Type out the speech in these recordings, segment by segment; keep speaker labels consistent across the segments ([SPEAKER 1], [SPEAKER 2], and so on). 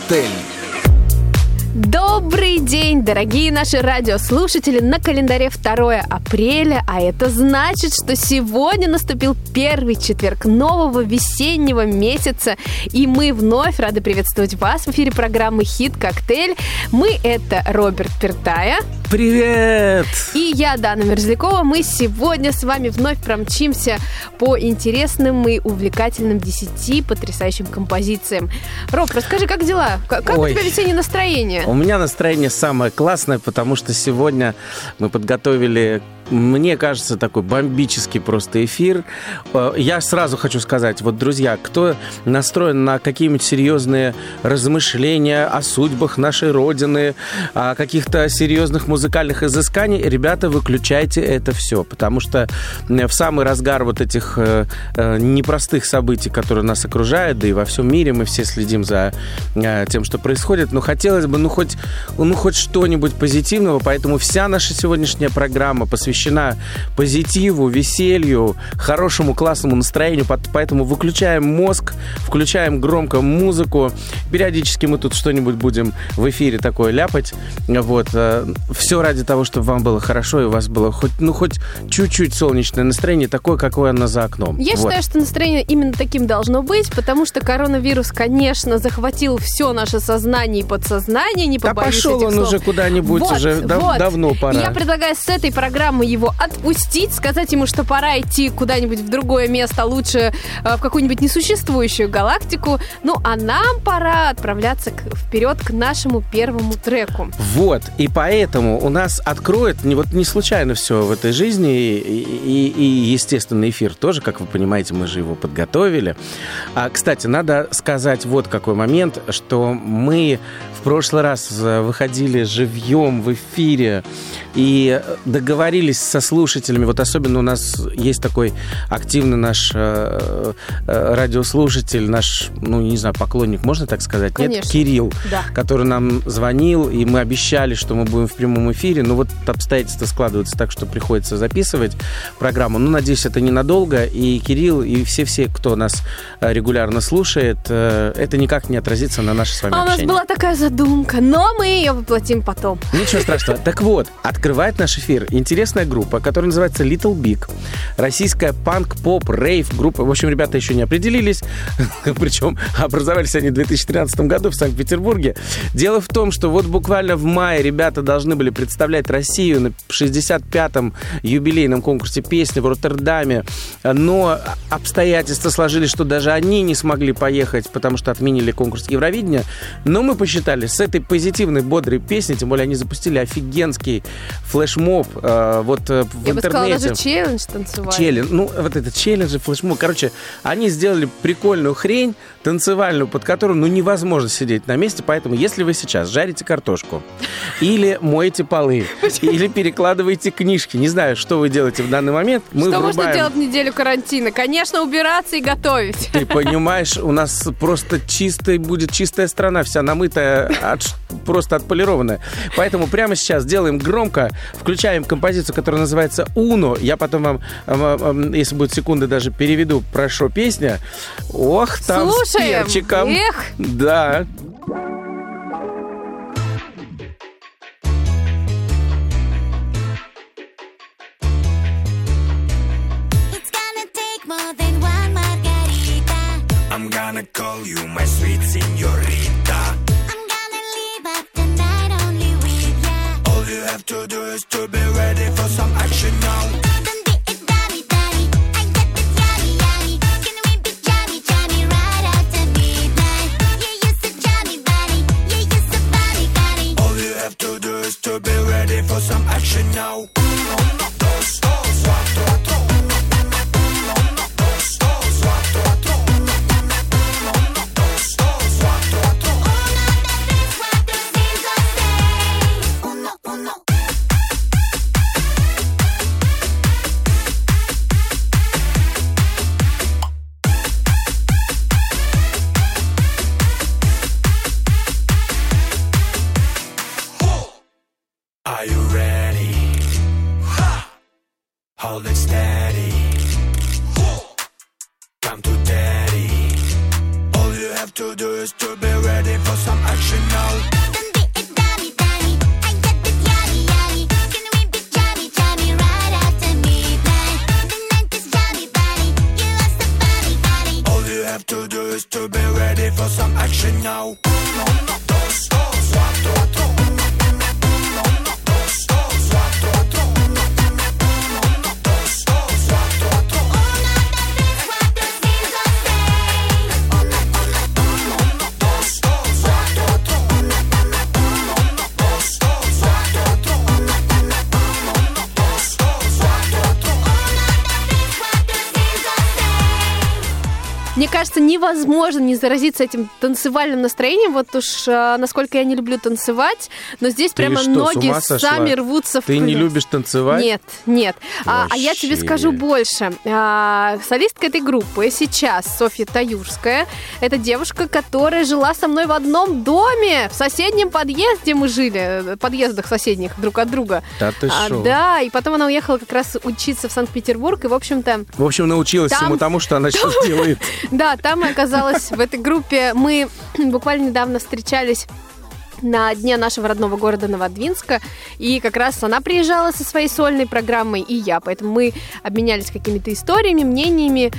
[SPEAKER 1] «Коктейль».
[SPEAKER 2] Добрый день, дорогие наши радиослушатели! На календаре 2 апреля, а это значит, что сегодня наступил первый четверг нового весеннего месяца, и мы вновь рады приветствовать вас в эфире программы «Хит-коктейль». Мы — это Роберт Пертая.
[SPEAKER 1] Привет!
[SPEAKER 2] И я, Дана Мерзлякова. Мы сегодня с вами вновь промчимся по интересным и увлекательным 10 потрясающим композициям. Роб, расскажи, как дела? Как у тебя весеннее настроение?
[SPEAKER 1] У меня настроение самое классное, потому что сегодня мы подготовили, мне кажется, такой бомбический просто эфир. Я сразу хочу сказать, вот, друзья, кто настроен на какие-нибудь серьезные размышления о судьбах нашей Родины, о каких-то серьезных музыкальных изысканий, ребята, выключайте это все, потому что в самый разгар вот этих непростых событий, которые нас окружают, да и во всем мире мы все следим за тем, что происходит, но хотелось бы, хоть что-нибудь позитивного, поэтому вся наша сегодняшняя программа посвящена позитиву, веселью, хорошему, классному настроению, поэтому выключаем мозг, включаем громко музыку, периодически мы тут что-нибудь будем в эфире такое ляпать, вот, все ради того, чтобы вам было хорошо и у вас было хоть чуть-чуть солнечное настроение, такое, какое оно за окном.
[SPEAKER 2] Я считаю, что настроение именно таким должно быть, потому что коронавирус, конечно, захватил все наше сознание и подсознание, не побоюсь этих слов.
[SPEAKER 1] Да пошел он уже куда-нибудь, уже давно пора.
[SPEAKER 2] Я предлагаю с этой программы его отпустить, сказать ему, что пора идти куда-нибудь в другое место, лучше в какую-нибудь несуществующую галактику. Ну, а нам пора отправляться вперед к нашему первому треку.
[SPEAKER 1] Вот, и поэтому у нас откроет, не случайно все в этой жизни, и естественно, эфир тоже, как вы понимаете, мы же его подготовили. Кстати, надо сказать вот какой момент, что мы в прошлый раз выходили живьем в эфире и договорились со слушателями. Вот особенно у нас есть такой активный наш радиослушатель, наш, не знаю, поклонник, можно так сказать?
[SPEAKER 2] Конечно.
[SPEAKER 1] Нет, Кирилл,
[SPEAKER 2] да.
[SPEAKER 1] Который нам звонил, и мы обещали, что мы будем в прямом эфире. Но вот обстоятельства складываются так, что приходится записывать программу. Надеюсь, это ненадолго. И Кирилл, и все, кто нас регулярно слушает, это никак не отразится на нашей с вами общении.
[SPEAKER 2] У нас была такая задумка, но мы ее воплотим потом.
[SPEAKER 1] Ничего страшного. Так вот, открывает наш эфир интересная группа, которая называется Little Big. Российская панк-поп-рейв группа. В общем, ребята еще не определились. Причем образовались они в 2013 году в Санкт-Петербурге. Дело в том, что вот буквально в мае ребята должны были представлять Россию на 65-м юбилейном конкурсе песни в Роттердаме. Но обстоятельства сложились, что даже они не смогли поехать, потому что отменили конкурс Евровидения. Но мы посчитали, с этой позитивной, бодрой песней, тем более они запустили офигенский флешмоб вот в интернете.
[SPEAKER 2] Я бы сказала, даже челлендж танцевали.
[SPEAKER 1] Вот этот челлендж, флешмоб. Короче, они сделали прикольную хрень танцевальную, под которую, невозможно сидеть на месте. Поэтому, если вы сейчас жарите картошку, или моете полы, или перекладываете книжки, не знаю, что вы делаете в данный момент, мы
[SPEAKER 2] Что
[SPEAKER 1] врубаем...
[SPEAKER 2] можно делать в неделю карантина? Конечно, убираться и готовить.
[SPEAKER 1] Ты понимаешь, у нас просто будет чистая страна, вся намытая, просто отполированная. Поэтому прямо сейчас делаем громко, включаем композицию, которая называется «Уно». Я потом вам, если будет секунды, даже переведу, прошу, песня. Ох, там
[SPEAKER 2] слушаем.
[SPEAKER 1] С перчиком.
[SPEAKER 2] Эх.
[SPEAKER 1] Да.
[SPEAKER 3] I'm gonna call you my sweet señorita. I'm gonna leave up the night only with ya. All you have to do is to be ready for some action now. To be ready for some action now. Uno, dos, cuatro, uno, dos, cuatro, uno, dos, cuatro, uno, uno. Are you ready? Ha! Hold it steady. Come to daddy. All you have to do is to be ready for some action. now. Uno, dos, dos, cuatro, cuatro. Uno, dos, dos, cuatro, cuatro. Uno, dos, dos, cuatro, cuatro.
[SPEAKER 2] Мне кажется, невозможно не заразиться этим танцевальным настроением. Вот уж насколько я не люблю танцевать, но здесь
[SPEAKER 1] Ты
[SPEAKER 2] прямо
[SPEAKER 1] что,
[SPEAKER 2] ноги
[SPEAKER 1] с ума
[SPEAKER 2] сами
[SPEAKER 1] сошла?
[SPEAKER 2] рвутся в
[SPEAKER 1] Ты не любишь танцевать?
[SPEAKER 2] Нет, нет. А я тебе
[SPEAKER 1] Вообще.
[SPEAKER 2] скажу больше. Солистка этой группы сейчас Софья Таюрская. Это девушка, которая жила со мной в одном доме. В соседнем подъезде мы жили. В подъездах соседних друг от друга.
[SPEAKER 1] Да ты шо?
[SPEAKER 2] Да, и потом она уехала как раз учиться в Санкт-Петербург. И, в общем-то...
[SPEAKER 1] В общем, научилась
[SPEAKER 2] Там-
[SPEAKER 1] всему тому, что она сейчас делает.
[SPEAKER 2] Да, там и оказалась в этой группе. Мы буквально недавно встречались на дне нашего родного города Новодвинска, и как раз она приезжала со своей сольной программой, и я, поэтому мы обменялись какими-то историями, мнениями,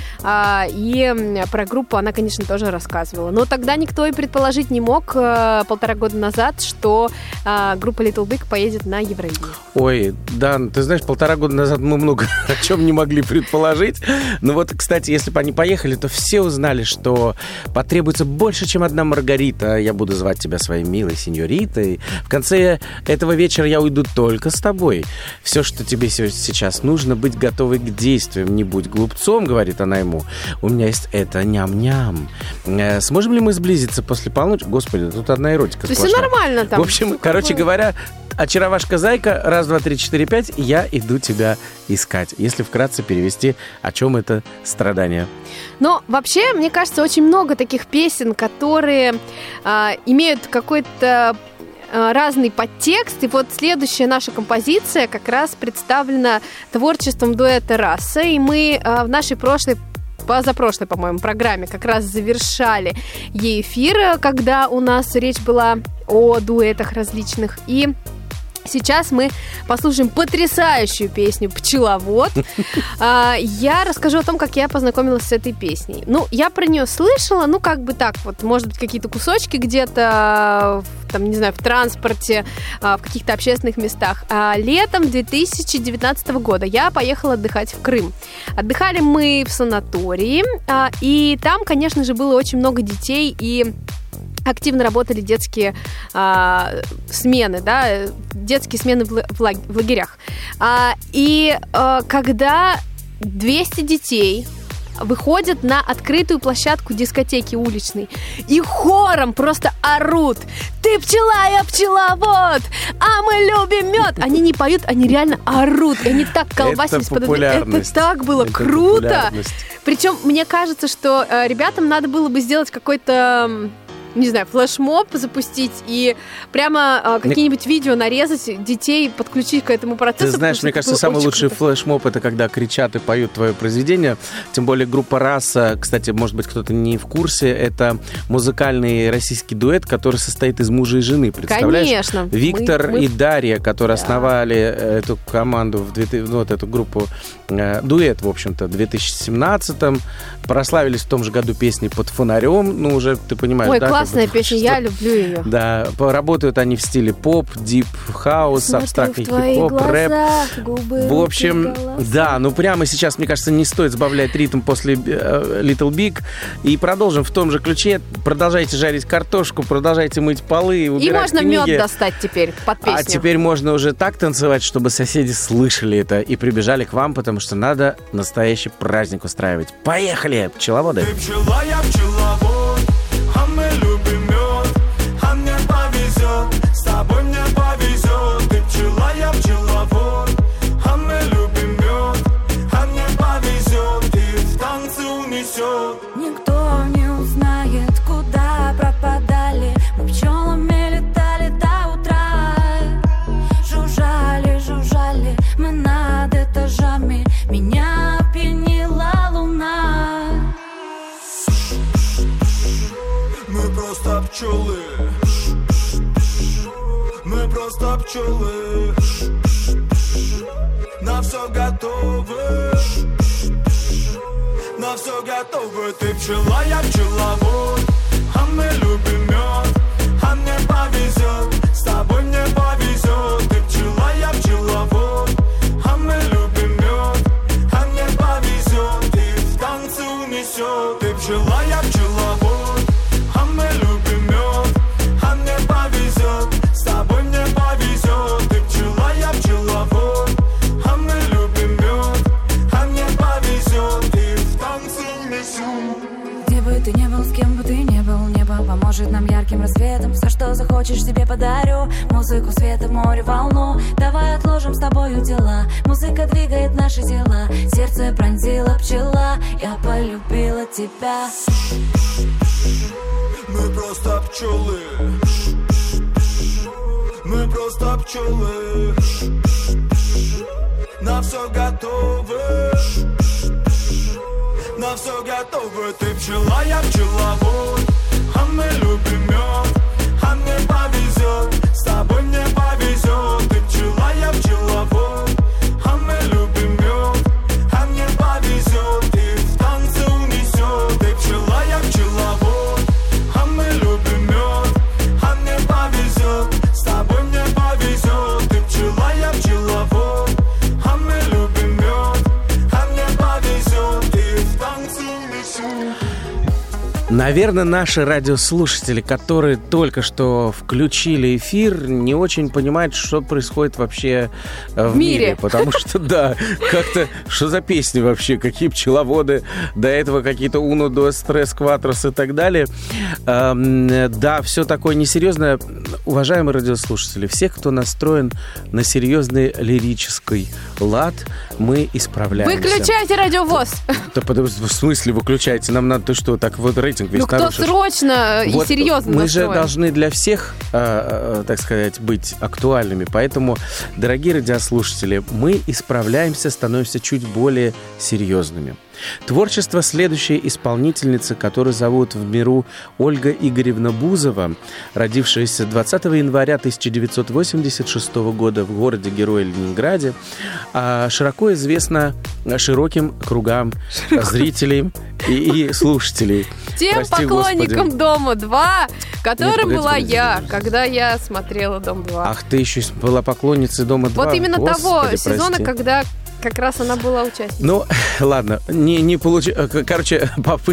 [SPEAKER 2] и про группу она, конечно, тоже рассказывала. Но тогда никто и предположить не мог 1,5 года назад, что группа Little Big поедет на Евровидение.
[SPEAKER 1] Ой, да, ты знаешь, 1,5 года назад мы много о чем не могли предположить. Но вот, кстати, если бы они поехали, то все узнали, что потребуется больше, чем одна Маргарита. Я буду звать тебя своей милой сеньоритой. В конце этого вечера я уйду только с тобой. Все, что тебе сейчас нужно, быть готовой к действиям. Не будь глупцом, говорит она ему. У меня есть это ням-ням. Сможем ли мы сблизиться после полночи? Господи, тут одна эротика.
[SPEAKER 2] То есть все нормально там.
[SPEAKER 1] В общем, короче говоря, очаровашка-зайка, раз, два, три, четыре, пять, я иду тебя искать. Если вкратце перевести, о чем это страдание.
[SPEAKER 2] Но вообще, мне кажется, очень много таких песен, которые имеют какой-то разный подтекст. И вот следующая наша композиция как раз представлена творчеством дуэта «Раса». И мы в нашей позапрошлой, по-моему, программе как раз завершали ей эфир, когда у нас речь была о дуэтах различных. И сейчас мы послушаем потрясающую песню «Пчеловод». Я расскажу о том, как я познакомилась с этой песней. Ну, я про нее слышала, ну, как бы так вот, может быть, какие-то кусочки где-то, там, не знаю, в транспорте, в каких-то общественных местах. Летом 2019 года я поехала отдыхать в Крым. Отдыхали мы в санатории, и там, конечно же, было очень много детей, и активно работали детские смены, да, детские смены в лагерях. Когда 200 детей выходят на открытую площадку дискотеки уличной и хором просто орут: «Ты пчела, я пчеловод, а мы любим мед!» Они не поют, они реально орут, и они так колбасились под это. Это так было круто! Причем мне кажется, что ребятам надо было бы сделать какой-то, не знаю, флешмоб запустить и прямо какие-нибудь видео нарезать, детей подключить к этому процессу.
[SPEAKER 1] Ты знаешь, мне кажется, самый лучший флешмоб — это когда кричат и поют твое произведение. Тем более группа «Раса», кстати, может быть, кто-то не в курсе, это музыкальный российский дуэт, который состоит из мужа и жены, представляешь?
[SPEAKER 2] Конечно.
[SPEAKER 1] Виктор и Дарья, которые основали эту команду, вот эту группу, дуэт, в общем-то, в 2017-м. Прославились в том же году песней «Под фонарем». Ну, уже, ты понимаешь,
[SPEAKER 2] ой,
[SPEAKER 1] да?
[SPEAKER 2] Классная песня, я люблю ее.
[SPEAKER 1] Да, работают они в стиле поп, дип, хаус, абстрактный хип-хоп, рэп. В общем, да, ну прямо сейчас, мне кажется, не стоит сбавлять ритм после Little Big. И продолжим в том же ключе. Продолжайте жарить картошку, продолжайте мыть полы, убирать
[SPEAKER 2] и можно
[SPEAKER 1] книги.
[SPEAKER 2] Мед достать теперь под песню.
[SPEAKER 1] А теперь можно уже так танцевать, чтобы соседи слышали это и прибежали к вам, потому что надо настоящий праздник устраивать. Поехали, пчеловоды!
[SPEAKER 3] Ты пчела, я пчеловод, а мы любим мед, а мне повезет, с тобой мне повезет. Ты пчела, я пчеловод, а мы любим мед, а мне повезет, и в танцы унесет.
[SPEAKER 4] Никто не узнает, куда пропадали. Мы пчелами летали до утра. Жужжали, жужжали мы над этажами. Меня опьянила луна.
[SPEAKER 3] Мы просто пчелы. Мы просто пчелы. На все готовы. На все готовы. Ты пчела, я пчеловод, а мы любим мед.
[SPEAKER 4] хочешь, тебе подарю. Музыку, света, море, волну. Давай отложим с тобою дела. Музыка двигает наши тела. Сердце пронзила пчела. Я полюбила тебя.
[SPEAKER 3] Мы просто пчелы. Мы просто пчелы. На все готовы. На все готовы. Ты пчела, я пчеловод. А мы любим мед. А мне повезет. С тобой мне повезет. Ты пчела, я пчеловод. А мы любим мед. А мне повезет. И в танце унесет. Ты пчела, я пчеловод. А мы любим мед. А мне повезет. С тобой мне повезет. Ты пчела, я пчеловод. А мы любим мед. А мне повезет. И в танце унесет.
[SPEAKER 1] Наверное, наши радиослушатели, которые только что включили эфир, не очень понимают, что происходит вообще в мире. Потому что, да, как-то, что за песни вообще, какие пчеловоды, до этого какие-то Uno, Dos, Tres, Quatros и так далее. Да, все такое несерьезное. Уважаемые радиослушатели, всех, кто настроен на серьезный лирический лад, мы исправляемся.
[SPEAKER 2] Выключайте радиовоз!
[SPEAKER 1] Да, в смысле выключайте? Нам надо, ты что, так вот рейтинг весь
[SPEAKER 2] кто
[SPEAKER 1] нарушишь?
[SPEAKER 2] Срочно
[SPEAKER 1] Вот
[SPEAKER 2] и серьезно
[SPEAKER 1] мы
[SPEAKER 2] настроен.
[SPEAKER 1] же должны для всех, так сказать, быть актуальными. Поэтому, дорогие радиослушатели, мы исправляемся, становимся чуть более серьезными. Творчество следующей исполнительницы, которую зовут в миру Ольга Игоревна Бузова, родившаяся 20 января 1986 года в городе-герое Ленинграде, широко известна широким кругам зрителей и слушателей.
[SPEAKER 2] Тем
[SPEAKER 1] Прости,
[SPEAKER 2] поклонникам
[SPEAKER 1] Господи.
[SPEAKER 2] «Дома-2», которым
[SPEAKER 1] Нет,
[SPEAKER 2] была
[SPEAKER 1] погоди,
[SPEAKER 2] я,
[SPEAKER 1] подожди.
[SPEAKER 2] когда я смотрела «Дом-2».
[SPEAKER 1] Ах, ты еще была поклонницей «Дома-2».
[SPEAKER 2] Вот именно
[SPEAKER 1] Господи,
[SPEAKER 2] того
[SPEAKER 1] прости.
[SPEAKER 2] сезона, когда как раз она была участницей.
[SPEAKER 1] Ну, ладно, не короче,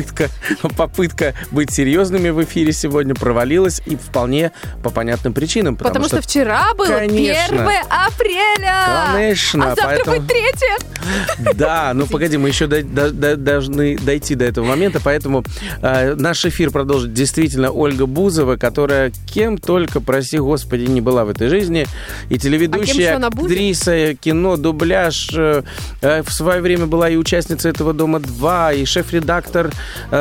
[SPEAKER 1] попытка быть серьезными в эфире сегодня провалилась, и вполне по понятным причинам.
[SPEAKER 2] Потому что вчера было 1
[SPEAKER 1] Конечно.
[SPEAKER 2] апреля!
[SPEAKER 1] Конечно,
[SPEAKER 2] А завтра
[SPEAKER 1] поэтому-
[SPEAKER 2] будет 3.
[SPEAKER 1] Да, ну погоди, мы еще должны дойти до этого момента, поэтому наш эфир продолжит действительно Ольга Бузова, которая кем только, прости господи, не была в этой жизни, и телеведущая,
[SPEAKER 2] еще она будет?
[SPEAKER 1] актриса, кино, дубляж, в свое время была и участница этого «Дома-2», и шеф-редактор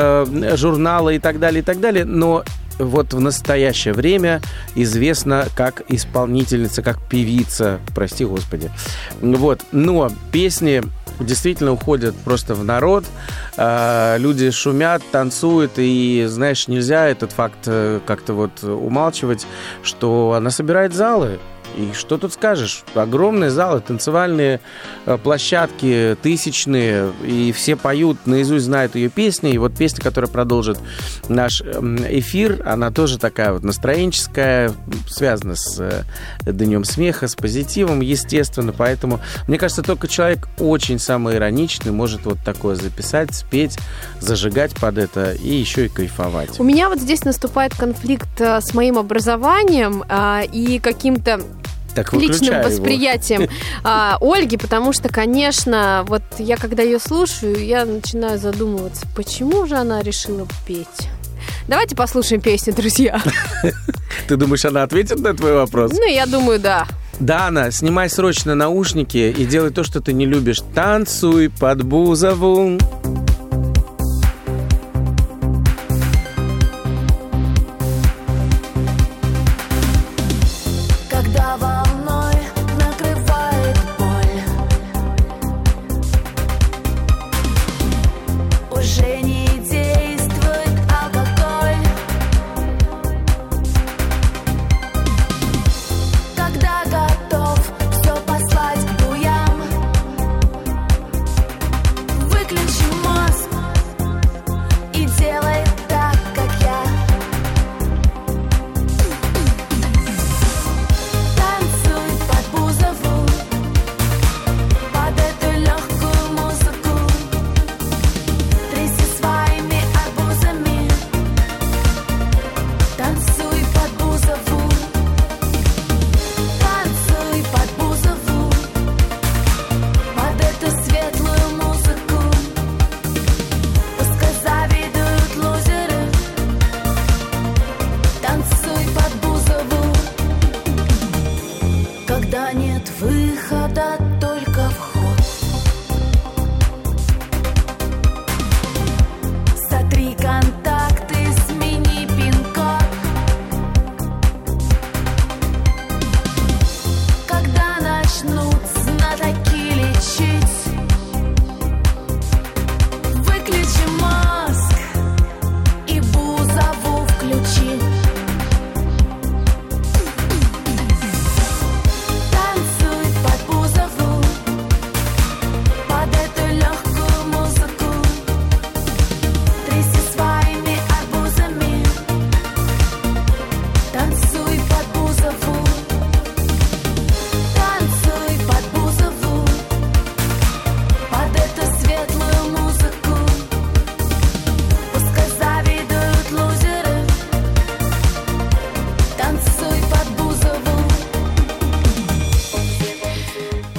[SPEAKER 1] журнала и так далее, но вот в настоящее время известна как исполнительница, как певица, прости господи. Вот. Но песни действительно уходят просто в народ, люди шумят, танцуют, и, знаешь, нельзя этот факт как-то вот умалчивать, что она собирает залы. И что тут скажешь? Огромные залы, танцевальные площадки, тысячные, и все поют, наизусть знают ее песни. И вот песня, которая продолжит наш эфир, она тоже такая вот настроенческая, связана с Днем смеха, с позитивом, естественно. Поэтому, мне кажется, только человек очень самоироничный может вот такое записать, спеть, зажигать под это и еще и кайфовать.
[SPEAKER 2] У меня вот здесь наступает конфликт с моим образованием и каким-то
[SPEAKER 1] Так,
[SPEAKER 2] личным
[SPEAKER 1] выключай его.
[SPEAKER 2] восприятием Ольги, потому что, конечно, вот я когда ее слушаю, я начинаю задумываться, почему же она решила петь. Давайте послушаем песню, друзья.
[SPEAKER 1] Ты думаешь, она ответит на твой вопрос?
[SPEAKER 2] Ну, я думаю, да.
[SPEAKER 1] Дана, снимай срочно наушники и делай то, что ты не любишь. Танцуй под Бузову.
[SPEAKER 4] Когда волной накрывает боль, уже не действует алкоголь. Когда готов все послать к буям, выключи мой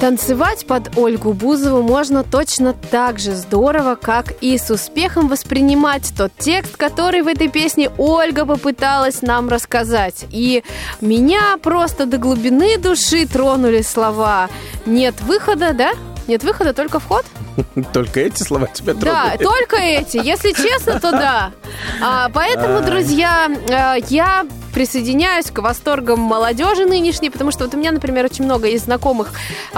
[SPEAKER 2] Танцевать под Ольгу Бузову можно точно так же здорово, как и с успехом воспринимать тот текст, который в этой песне Ольга попыталась нам рассказать. И меня просто до глубины души тронули слова «нет выхода», да? Нет выхода, только вход?
[SPEAKER 1] Только эти слова тебя трогают?
[SPEAKER 2] Да, только эти. Если честно, то да. Поэтому, друзья, я присоединяюсь к восторгам молодежи нынешней, потому что вот у меня, например, очень много есть знакомых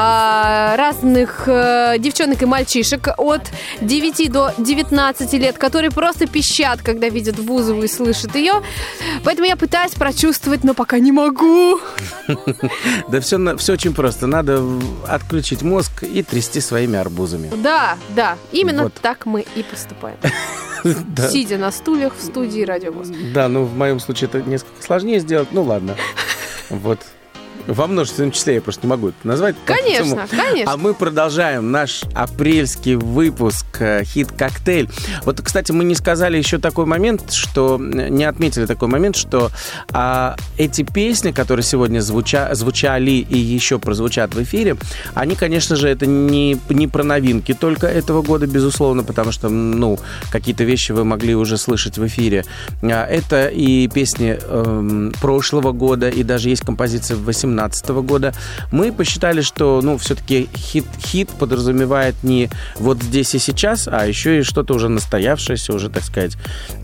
[SPEAKER 2] разных девчонок и мальчишек от 9 до 19 лет, которые просто пищат, когда видят Бузову и слышат ее. Поэтому я пытаюсь прочувствовать, но пока не могу.
[SPEAKER 1] Да все очень просто. Надо отключить мозг и трясти своими арбузами.
[SPEAKER 2] Да, именно вот так мы и поступаем.
[SPEAKER 1] Да.
[SPEAKER 2] Сидя на стульях в студии Радио ВОС.
[SPEAKER 1] Да, ну в моем случае это несколько сложнее сделать. Ну ладно. Вот. Во множественном числе я просто не могу это назвать.
[SPEAKER 2] Конечно, конечно.
[SPEAKER 1] А мы продолжаем наш апрельский выпуск «Хит-коктейль». Вот, кстати, мы не сказали еще такой момент, что... Не отметили такой момент, что эти песни, которые сегодня звучали и еще прозвучат в эфире, они, конечно же, это не про новинки только этого года, безусловно, потому что, ну, какие-то вещи вы могли уже слышать в эфире. Это и песни прошлого года, и даже есть композиция 2018 года. Мы посчитали, что, ну, все-таки хит подразумевает не вот здесь и сейчас, а еще и что-то уже настоявшееся, уже, так сказать,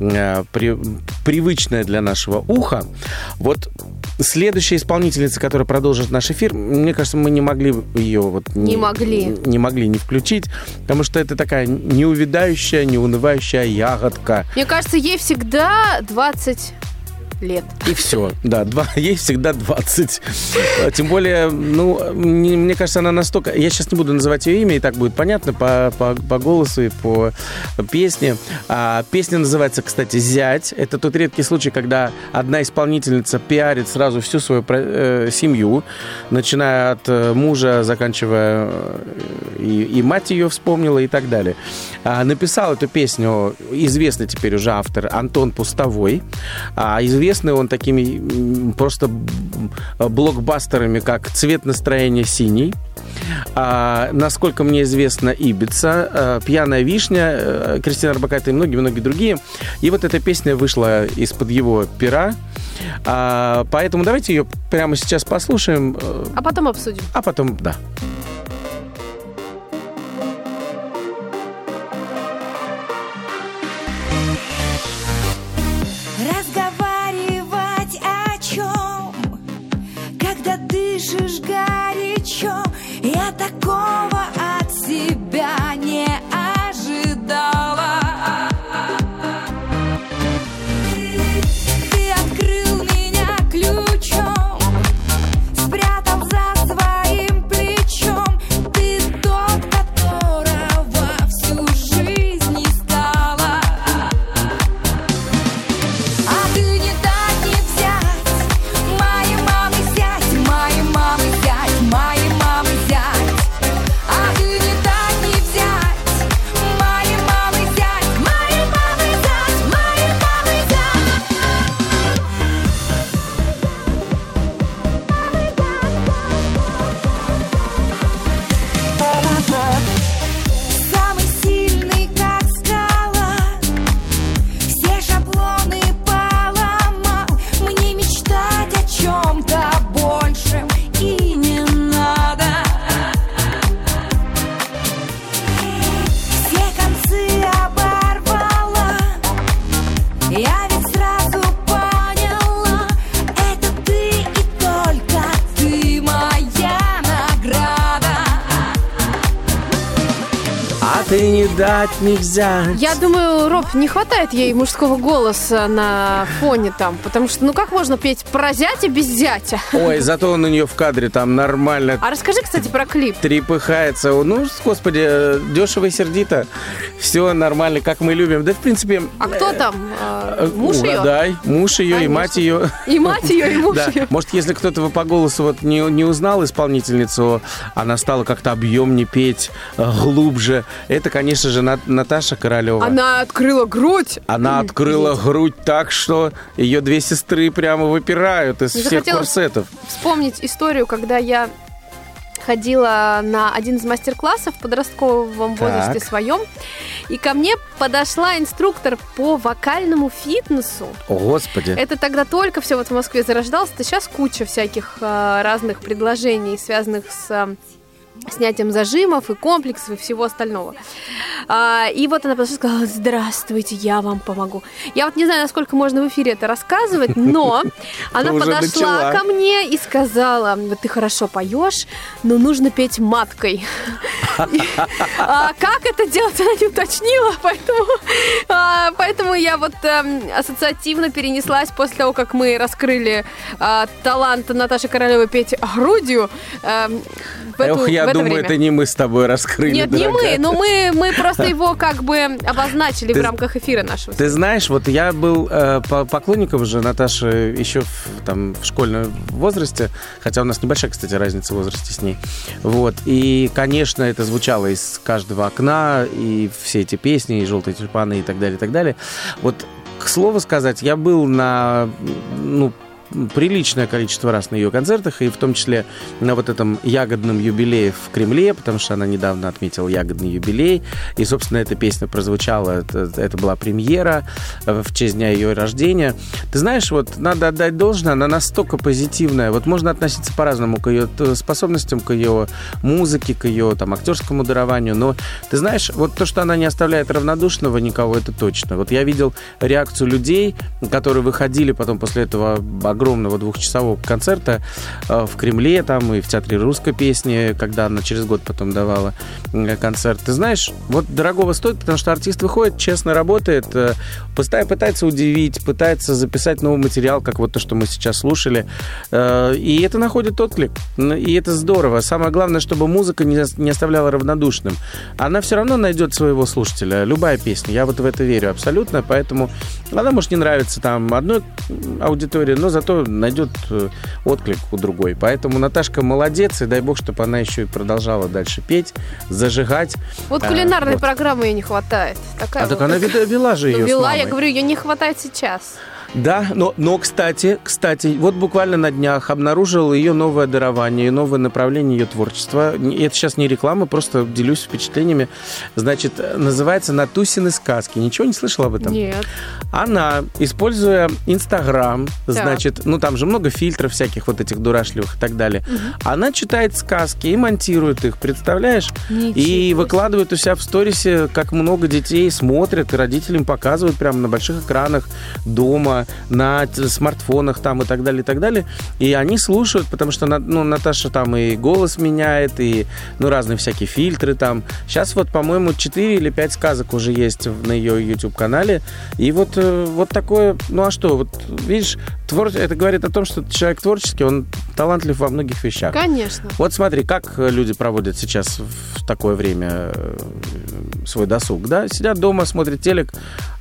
[SPEAKER 1] привычное для нашего уха. Вот следующая исполнительница, которая продолжит наш эфир, мне кажется, мы не могли ее вот не могли не включить, потому что это такая неувядающая, неунывающая ягодка.
[SPEAKER 2] Мне кажется, ей всегда 20 лет.
[SPEAKER 1] И все, да, ей всегда 20. Тем более, ну, мне кажется, она настолько... Я сейчас не буду называть ее имя, и так будет понятно по голосу и по песне. Песня называется, кстати, «Зять». Это тот редкий случай, когда одна исполнительница пиарит сразу всю свою семью, начиная от мужа, заканчивая и мать ее вспомнила и так далее. Написал эту песню известный теперь уже автор Антон Пустовой. Известный он такими просто блокбастерами, как «Цвет настроения синий», насколько мне известно, «Ибица», «Пьяная вишня», Кристина Орбакайте и многие-многие другие. И вот эта песня вышла из-под его пера. Поэтому давайте ее прямо сейчас послушаем.
[SPEAKER 2] А потом обсудим.
[SPEAKER 1] А потом, да.
[SPEAKER 4] Дышишь горячо, я такого от себя не ожидала. Ты открыл меня ключом, спрятал за своим плечом. Ты тот, которого всю жизнь не стала. А ты не дать, не взять, моей мамы зять, моей мамы зять, моей мамы зять. А ты не дать, не взять, моей мамы зять, моей мамы зять, моей мамы зять. Самый сильный, как скала, все шаблоны поломал. Мне мечтать о чем-то большем и не надо. Все концы оборвала, я ведь сразу поняла, это ты и только ты моя награда.
[SPEAKER 1] А ты не дать, не взять.
[SPEAKER 2] Я думаю, Роб, не хватает ей мужского голоса на фоне там, потому что, ну как можно петь про зятя без зятя?
[SPEAKER 1] Ой, зато он у нее в кадре там нормально
[SPEAKER 2] А расскажи, кстати, про клип.
[SPEAKER 1] трепыхается. Ну, господи, дешево и сердито. Все нормально, как мы любим. Да, в принципе...
[SPEAKER 2] А кто там? Муж ее?
[SPEAKER 1] Угадай. Муж ее и
[SPEAKER 2] Конечно.
[SPEAKER 1] мать ее.
[SPEAKER 2] И мать ее, и муж
[SPEAKER 1] Да.
[SPEAKER 2] ее.
[SPEAKER 1] Может, если кто-то по голосу вот не узнал исполнительницу, она стала как-то объемнее петь, глубже. Это, конечно же, Наташа Королева.
[SPEAKER 2] Она открыла грудь.
[SPEAKER 1] Она открыла грудь так, что ее две сестры прямо выпирают из
[SPEAKER 2] Мне
[SPEAKER 1] всех
[SPEAKER 2] захотелось
[SPEAKER 1] корсетов.
[SPEAKER 2] вспомнить историю, когда я ходила на один из мастер-классов в подростковом возрасте своем, и ко мне подошла инструктор по вокальному фитнесу.
[SPEAKER 1] О, Господи!
[SPEAKER 2] Это тогда только все вот в Москве зарождалось, то сейчас куча всяких разных предложений, связанных с снятием зажимов и комплексов и всего остального. И вот она подошла и сказала: здравствуйте, я вам помогу. Я вот не знаю, насколько можно в эфире это рассказывать, но она подошла ко мне и сказала: вот ты хорошо поешь, но нужно петь маткой. Как это делать, она не уточнила, поэтому я вот ассоциативно перенеслась после того, как мы раскрыли талант Наташи Королевой петь грудью.
[SPEAKER 1] Я думаю, это не мы с тобой раскрыли.
[SPEAKER 2] Нет,
[SPEAKER 1] дорогая.
[SPEAKER 2] не мы, но мы просто его как бы обозначили в рамках эфира нашего.
[SPEAKER 1] Ты знаешь, вот я был поклонником же Наташи еще в школьном возрасте, хотя у нас небольшая, кстати, разница в возрасте с ней. Вот. И, конечно, это звучало из каждого окна, и все эти песни, и «Желтые тюльпаны», и так далее, и так далее. Вот, к слову сказать, я был на... приличное количество раз на ее концертах, и в том числе на вот этом ягодном юбилее в Кремле, потому что она недавно отметила ягодный юбилей, и, собственно, эта песня прозвучала, это была премьера в честь дня ее рождения. Ты знаешь, вот надо отдать должное, она настолько позитивная, вот можно относиться по-разному к ее способностям, к ее музыке, к ее актерскому дарованию, но ты знаешь, вот то, что она не оставляет равнодушного никого, это точно. Вот я видел реакцию людей, которые выходили потом после этого огромного 2-часового концерта в Кремле там и в Театре русской песни, когда она через год потом давала концерт. Ты знаешь, вот дорогого стоит, потому что артист выходит, честно работает, пытается удивить, пытается записать новый материал, как вот то, что мы сейчас слушали, и это находит отклик, и это здорово. Самое главное, чтобы музыка не оставляла равнодушным. Она все равно найдет своего слушателя, любая песня, я вот в это верю абсолютно, поэтому она может не нравиться там одной аудитории, но зато найдет отклик у другой. Поэтому Наташка молодец, и дай бог, чтобы она еще и продолжала дальше петь, зажигать. Вот
[SPEAKER 2] кулинарной программы ей не хватает.
[SPEAKER 1] Так она вела же ее
[SPEAKER 2] вела, я говорю, ее не хватает сейчас.
[SPEAKER 1] Да, но кстати, вот буквально на днях обнаружил ее новое дарование, ее новое направление ее творчества. И это сейчас не реклама, просто делюсь впечатлениями. Значит, называется «Натусины сказки». Ничего не слышала об этом?
[SPEAKER 2] Нет.
[SPEAKER 1] Она, используя Инстаграм, значит, там же много фильтров всяких вот этих дурашливых и так далее. Она читает сказки и монтирует их, представляешь? И выкладывает у себя в сторисе, как много детей смотрят, и родителям показывают прямо на больших экранах дома, на смартфонах там и так далее, и так далее. И они слушают, потому что Наташа там и голос меняет, и разные всякие фильтры там. Сейчас вот, по-моему, 4 или 5 сказок уже есть на ее YouTube-канале. И вот такое, а что, вот видишь, это говорит о том, что человек творческий, он талантлив во многих вещах.
[SPEAKER 2] Конечно.
[SPEAKER 1] Вот смотри, как люди проводят сейчас в такое время свой досуг, да? Сидят дома, смотрят телек,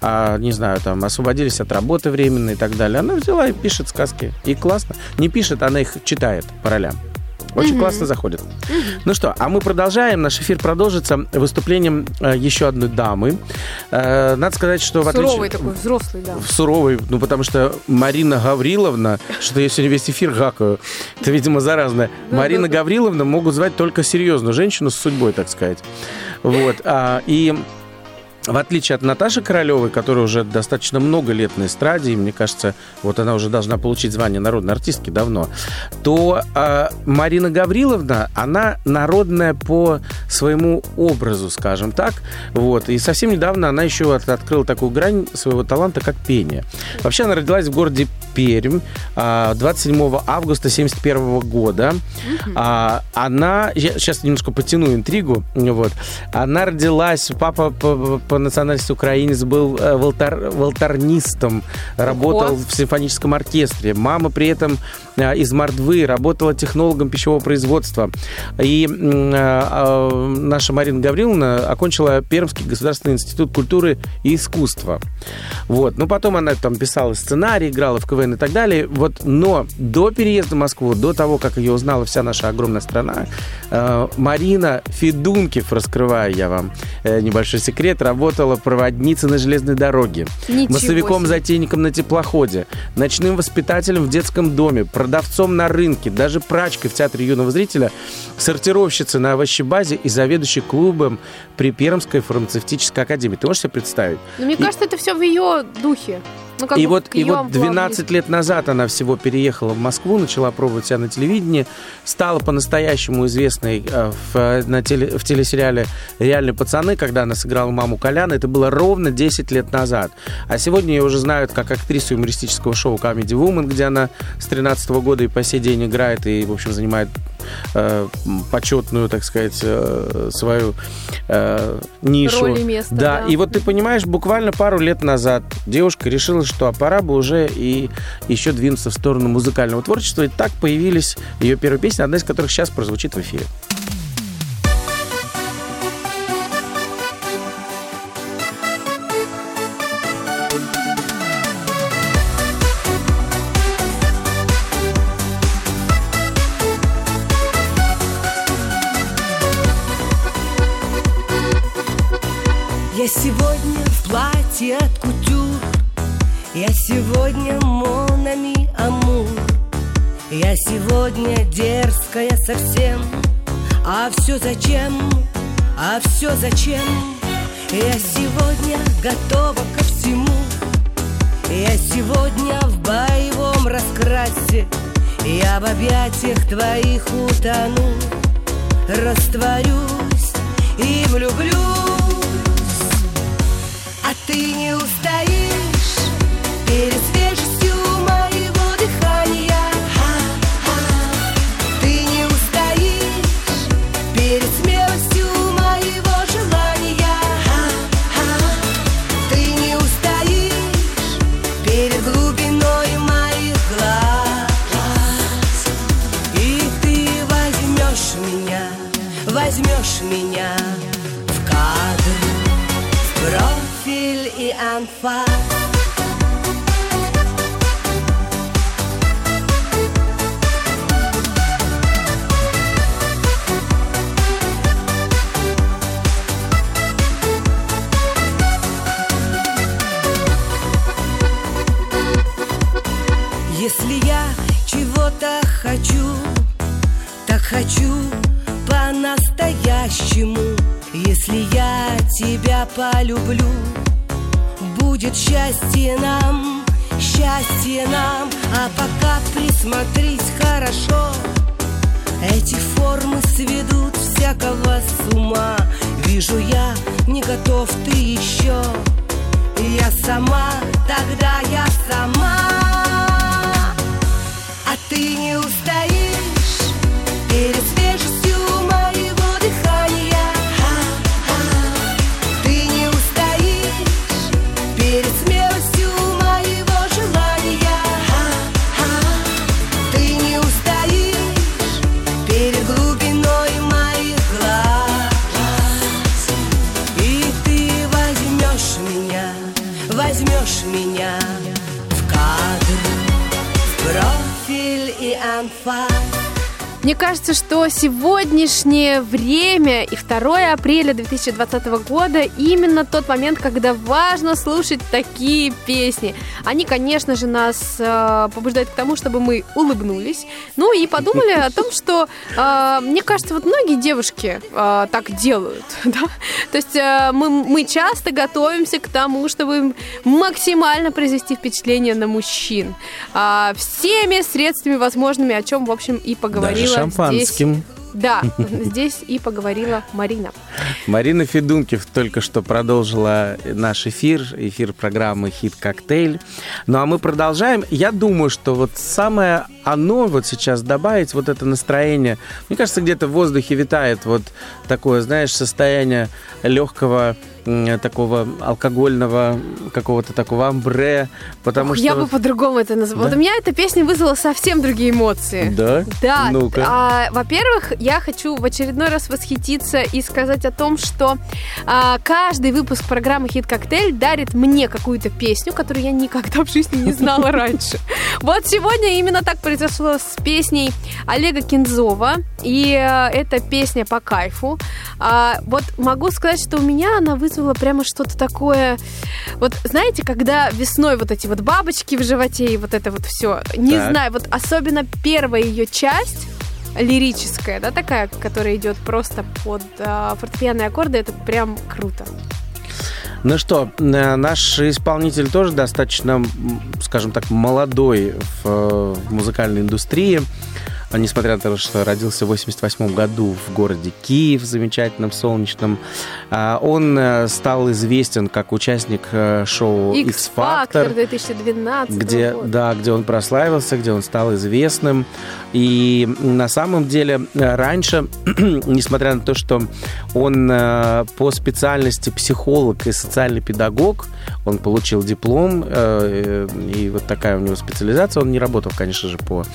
[SPEAKER 1] не знаю, там, освободились от работы временно и так далее. Она взяла и пишет сказки. И классно. Не пишет, она их читает по ролям. Очень классно заходит. Ну что, а мы продолжаем. Наш эфир продолжится выступлением еще одной дамы. Надо сказать, что в отличие...
[SPEAKER 2] Суровый такой, взрослый, да.
[SPEAKER 1] Суровый, потому что Марина Гавриловна, что я сегодня весь эфир гакаю, это, видимо, заразно. Марина Гавриловна могут звать только серьезную женщину с судьбой, так сказать. Вот. И в отличие от Наташи Королевой, которая уже достаточно много лет на эстраде, и, мне кажется, вот она уже должна получить звание народной артистки давно, то Марина Гавриловна, она народная по своему образу, скажем так. Вот. И совсем недавно она еще открыла такую грань своего таланта, как пение. Вообще она родилась в городе Пермь 27 августа 1971 года. Она, я сейчас немножко потяну интригу, вот. Она родилась, папа по национальности украинец, был волторнистом, работал в симфоническом оркестре. Мама при этом из Мордвы, работала технологом пищевого производства. И наша Марина Гавриловна окончила Пермский государственный институт культуры и искусства. Вот. Ну, потом она там писала сценарий, играла в КВН КВН и так далее. Вот, но до переезда в Москву, до того, как ее узнала вся наша огромная страна, Марина Федункив, раскрываю я вам небольшой секрет, работала проводницей на железной дороге, массовиком-затейником на теплоходе, ночным воспитателем в детском доме, продавцом на рынке, даже прачкой в Театре юного зрителя, сортировщицей на овощебазе и заведующей клубом при Пермской фармацевтической академии. Ты можешь себе представить?
[SPEAKER 2] Но мне кажется, это все в ее духе.
[SPEAKER 1] И вот 12 лет назад она всего переехала в Москву, начала пробовать себя на телевидении, стала по-настоящему известной в телесериале «Реальные пацаны», когда она сыграла маму Коляна. Это было ровно 10 лет назад. А сегодня ее уже знают как актрису юмористического шоу «Comedy Woman», где она с 13 года и по сей день играет и, в общем, занимает почетную, так сказать, свою нишу.
[SPEAKER 2] Роль и место,
[SPEAKER 1] да. И вот ты понимаешь, буквально пару лет назад девушка решила, что пора бы уже и еще двинуться в сторону музыкального творчества. И так появились ее первые песни, одна из которых сейчас прозвучит в эфире.
[SPEAKER 5] Я сегодня в платье от кутюр, я сегодня Монами Амур, я сегодня дерзкая совсем. А все зачем? А все зачем? Я сегодня готова ко всему. Я сегодня в боевом раскрасе, я в объятиях твоих утону, растворюсь и влюблюсь. А ты не устоишь перед свежестью моего дыхания. Ты не устоишь перед смелостью моего желания. Ты не устоишь перед глубиной моих глаз. И ты возьмешь меня в кадр, в профиль и анфас. Если я чего-то хочу, так хочу по-настоящему. Если я тебя полюблю, будет счастье нам. А пока присмотрись хорошо, эти формы сведут всякого с ума. Вижу я, не готов ты еще. Я сама, тогда я сама. А ты не устоишь перед свежестью моего дыхания. Ты не устоишь перед смелостью моего желания. Ты не устоишь перед глубиной моих глаз. И ты возьмешь меня в кадр, в профиль и анфас.
[SPEAKER 2] Мне кажется, что сегодняшнее время и 2 апреля 2020 года именно тот момент, когда важно слушать такие песни. Они, конечно же, нас побуждают к тому, чтобы мы улыбнулись. Ну и подумали о том, что, мне кажется, вот многие девушки так делают. Да? То есть мы часто готовимся к тому, чтобы максимально произвести впечатление на мужчин. Всеми средствами возможными, о чем, в общем, и поговорила.
[SPEAKER 1] Шампанским.
[SPEAKER 2] Здесь, да, здесь и поговорила Марина.
[SPEAKER 1] Марина Федункив только что продолжила наш эфир программы «Хит-коктейль». Ну, а мы продолжаем. Я думаю, что вот самое оно вот сейчас добавить, вот это настроение, мне кажется, где-то в воздухе витает вот такое, знаешь, состояние легкого такого алкогольного, какого-то такого амбре, потому что...
[SPEAKER 2] Я бы по-другому это назвала.
[SPEAKER 1] Да?
[SPEAKER 2] Вот у меня эта песня вызвала совсем другие эмоции.
[SPEAKER 1] Да?
[SPEAKER 2] Да.
[SPEAKER 1] Ну-ка.
[SPEAKER 2] Во-первых, я хочу в очередной раз восхититься и сказать о том, что каждый выпуск программы «Хит-коктейль» дарит мне какую-то песню, которую я никогда в жизни не знала раньше. Вот сегодня именно так произошло с песней Олега Кензова, и эта песня «По кайфу». Вот могу сказать, что у меня она вызвала прямо что-то такое... Вот знаете, когда весной вот эти вот бабочки в животе и вот это вот все, не знаю, вот особенно первая ее часть, лирическая, да, такая, которая идет просто под фортепианные аккорды, это прям круто.
[SPEAKER 1] Ну что, наш исполнитель тоже достаточно, скажем так, молодой в музыкальной индустрии. Несмотря на то, что родился в 1988 году в городе Киев, замечательном, солнечном, он стал известен как участник шоу X-Factor
[SPEAKER 2] 2012
[SPEAKER 1] где он прославился, где он стал известным. И на самом деле раньше, несмотря на то, что он по специальности психолог и социальный педагог, он получил диплом, и вот такая у него специализация, он не работал, конечно же, по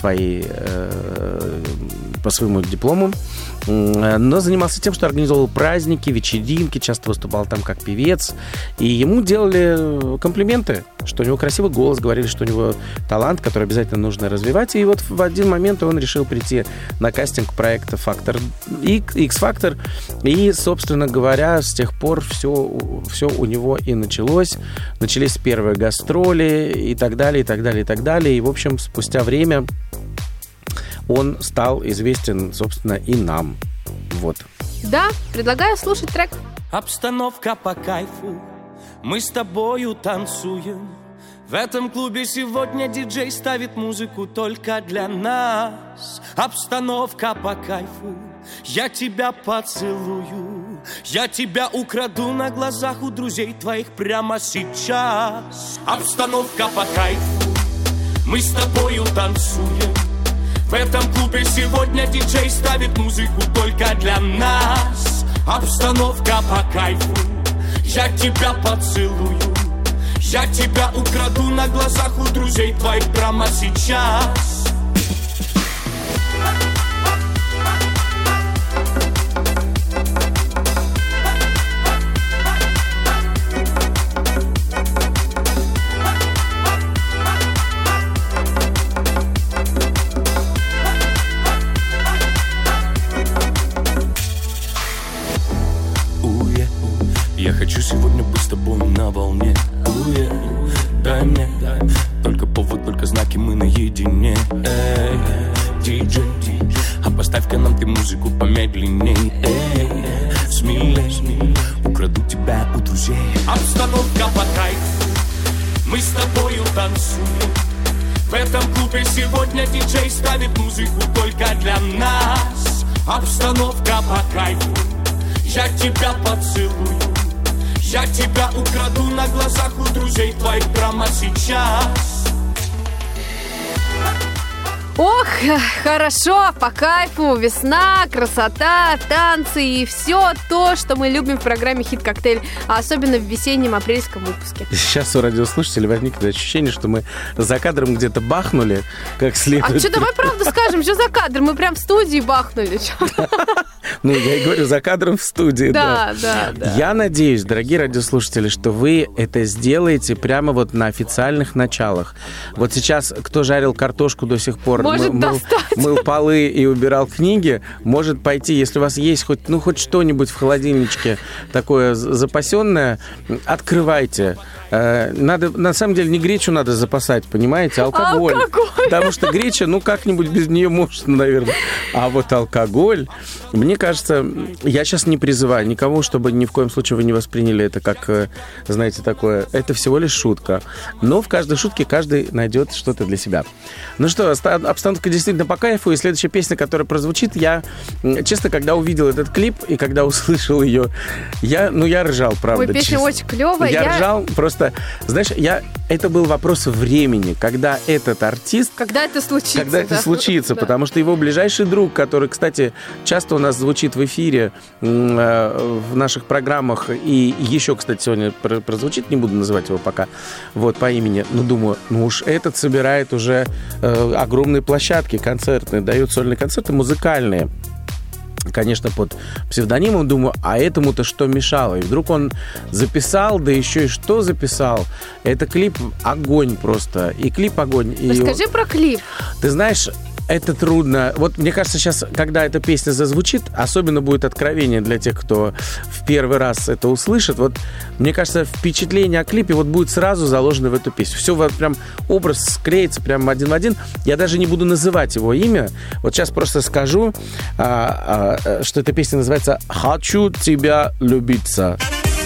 [SPEAKER 1] своему диплому, но занимался тем, что организовывал праздники, вечеринки, часто выступал там как певец, и ему делали комплименты, что у него красивый голос, говорили, что у него талант, который обязательно нужно развивать, и вот в один момент он решил прийти на кастинг проекта X-Factor, и, собственно говоря, с тех пор все у него и началось. Начались первые гастроли и так далее, и так далее, и так далее, и, в общем, спустя время он стал известен, собственно, и нам. Вот.
[SPEAKER 2] Да, предлагаю слушать трек.
[SPEAKER 3] Обстановка по кайфу, мы с тобою танцуем. В этом клубе сегодня диджей ставит музыку только для нас. Обстановка по кайфу, я тебя поцелую, я тебя украду на глазах у друзей твоих прямо сейчас. Обстановка по кайфу, мы с тобою танцуем. В этом клубе сегодня диджей ставит музыку только для нас. Обстановка по кайфу, я тебя поцелую, я тебя украду на глазах у друзей твоих прямо сейчас. Я хочу сегодня быть с тобой на волне. Дай мне только повод, только знаки, мы наедине. Диджей, а поставь-ка нам ты музыку помедленней. Смелей, украду тебя у друзей. Обстановка по кайфу, мы с тобою танцуем. В этом клубе сегодня диджей ставит музыку только для нас. Обстановка по кайфу, я тебя поцелую, я тебя украду на глазах у друзей твоих прямо сейчас.
[SPEAKER 2] Ох, хорошо, по кайфу, весна, красота, танцы и все то, что мы любим в программе «Хит-коктейль», а особенно в весеннем апрельском выпуске.
[SPEAKER 1] Сейчас у радиослушателей возникнет ощущение, что мы за кадром где-то бахнули как следует.
[SPEAKER 2] А что, давай правду скажем, что за кадр? Мы прям в студии бахнули.
[SPEAKER 1] Ну, я и говорю, за кадром в студии, да. Я надеюсь, дорогие радиослушатели, что вы это сделаете прямо вот на официальных началах. Вот сейчас, кто жарил картошку до сих пор, мыл полы и убирал книги, может пойти, если у вас есть хоть что-нибудь в холодильничке такое запасенное, открывайте. Надо, на самом деле, не гречу надо запасать, понимаете, алкоголь. Потому что греча, как-нибудь без нее можно, наверное. А вот алкоголь, мне кажется, я сейчас не призываю никому, чтобы ни в коем случае вы не восприняли это как, знаете, такое, это всего лишь шутка. Но в каждой шутке каждый найдет что-то для себя. Ну что, обстановка действительно по кайфу, и следующая песня, которая прозвучит, я, честно, когда увидел этот клип и когда услышал ее, я ржал, правда.
[SPEAKER 2] Ой, песня
[SPEAKER 1] честно.
[SPEAKER 2] очень клевая.
[SPEAKER 1] Я ржал просто просто, знаешь, это был вопрос времени, когда этот артист...
[SPEAKER 2] Когда это случится.
[SPEAKER 1] Когда это случится,
[SPEAKER 2] Да.
[SPEAKER 1] потому что его ближайший друг, который, кстати, часто у нас звучит в эфире, в наших программах, и еще, кстати, сегодня прозвучит, не буду называть его пока, вот, по имени, но думаю, ну уж этот собирает уже огромные площадки концертные, дает сольные концерты музыкальные. Конечно, под псевдонимом, думаю, а этому-то что мешало? И вдруг он записал, да еще и что записал? Это клип огонь просто. И клип огонь. И
[SPEAKER 2] Расскажи про клип.
[SPEAKER 1] ты знаешь, это трудно. Вот мне кажется, сейчас, когда эта песня зазвучит, особенно будет откровение для тех, кто в первый раз это услышит. Вот мне кажется, впечатление о клипе вот будет сразу заложено в эту песню. Все вот прям образ склеится прям один в один. Я даже не буду называть его имя. Вот сейчас просто скажу, что эта песня называется «Хочу тебя любиться».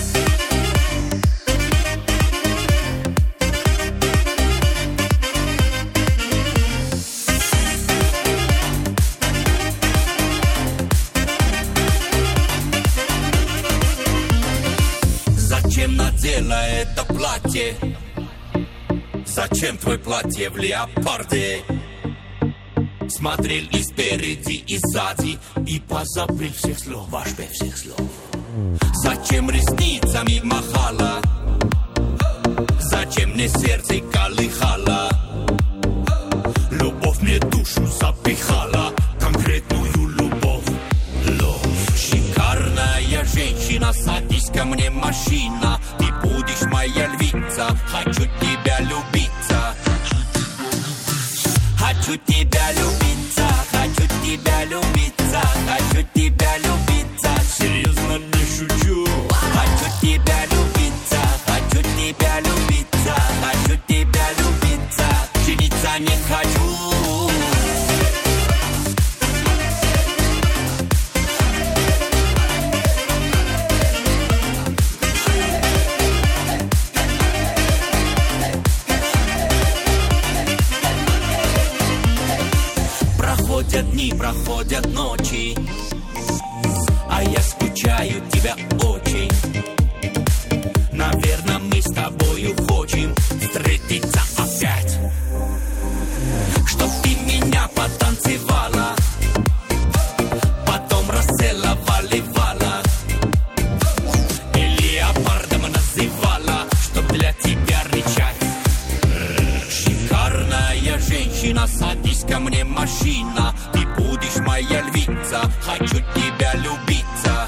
[SPEAKER 6] Зачем надела это платье? Зачем твое платье в леопарде? Смотрел и спереди, и сзади, и позабыл всех слов, всех слов. Зачем ресницами махала? Зачем мне сердце колыхало? Любовь мне душу запихала, конкретную любовь. Шикарная женщина, садись ко мне, машина. Ты будешь моя львица, хочу тебя любиться. Хочу тебя любиться, хочу тебя любиться, хочу тебя любиться. Серьезно не шучу. Хочу тебя любиться, хочу тебя любиться, хочу тебя любиться. Жениться не хочу. Проходят дни, проходят ночи, а я скучаю тебя очень. Наверное, мы с тобою хотим встретиться опять. Чтоб ты меня потанцевала, потом расцеловала, и леопардом называла, чтоб для тебя рычать. Шикарная женщина, садись ко мне, машина. Ты будешь моя львица, хочу тебя любиться.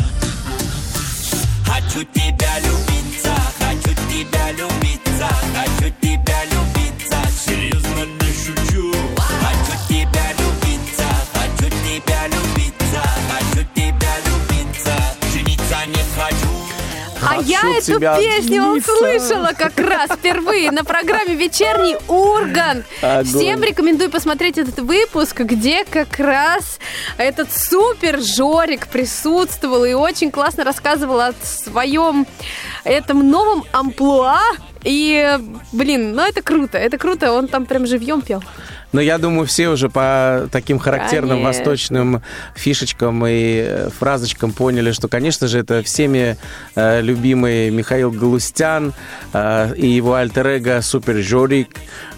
[SPEAKER 6] Хочу тебя любиться, хочу тебя любиться, хочу тебя любиться. Серьезно не шучу. Хочу тебя любиться, хочу тебя любиться, хочу тебя любиться. Жениться не хочу.
[SPEAKER 2] А я эту
[SPEAKER 1] тебя
[SPEAKER 2] песню
[SPEAKER 1] любиться.
[SPEAKER 2] услышала как раз впервые на программе «Вечерний Ургант».
[SPEAKER 1] Огонь.
[SPEAKER 2] Всем рекомендую посмотреть этот выпуск, где как раз этот супер Жорик присутствовал и очень классно рассказывал о своем этом новом амплуа. И, блин, это круто, он там прям живьем пел.
[SPEAKER 1] Но я думаю, все уже по таким характерным
[SPEAKER 2] Конечно.
[SPEAKER 1] восточным фишечкам и фразочкам поняли, что, конечно же, это всеми любимый Михаил Галустян и его альтер-эго Супер Жорик.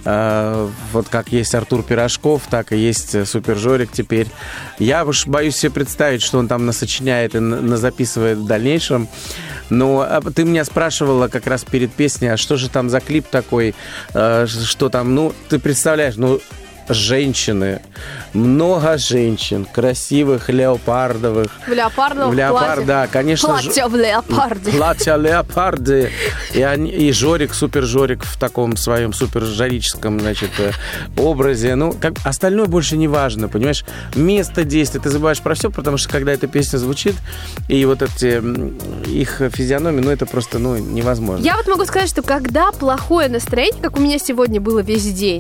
[SPEAKER 1] Вот как есть Артур Пирожков, так и есть Супер Жорик теперь. Я уж боюсь себе представить, что он там насочиняет и назаписывает в дальнейшем. Но ты меня спрашивала как раз перед песней, а что же там за клип такой, что там, ну, ты представляешь, ну, женщины, много женщин, красивых, леопардовых.
[SPEAKER 2] В леопардовом платье.
[SPEAKER 1] Да, конечно.
[SPEAKER 2] Платье в леопарде.
[SPEAKER 1] Платье леопарды. И Жорик, Супер Жорик в таком своем супер жорическом, значит, образе. Ну, как остальное больше не важно, понимаешь? Место действия, ты забываешь про все, потому что когда эта песня звучит, и вот эти их физиономии, ну, это просто, ну, невозможно.
[SPEAKER 2] Я вот могу сказать, что когда плохое настроение, как у меня сегодня было весь день,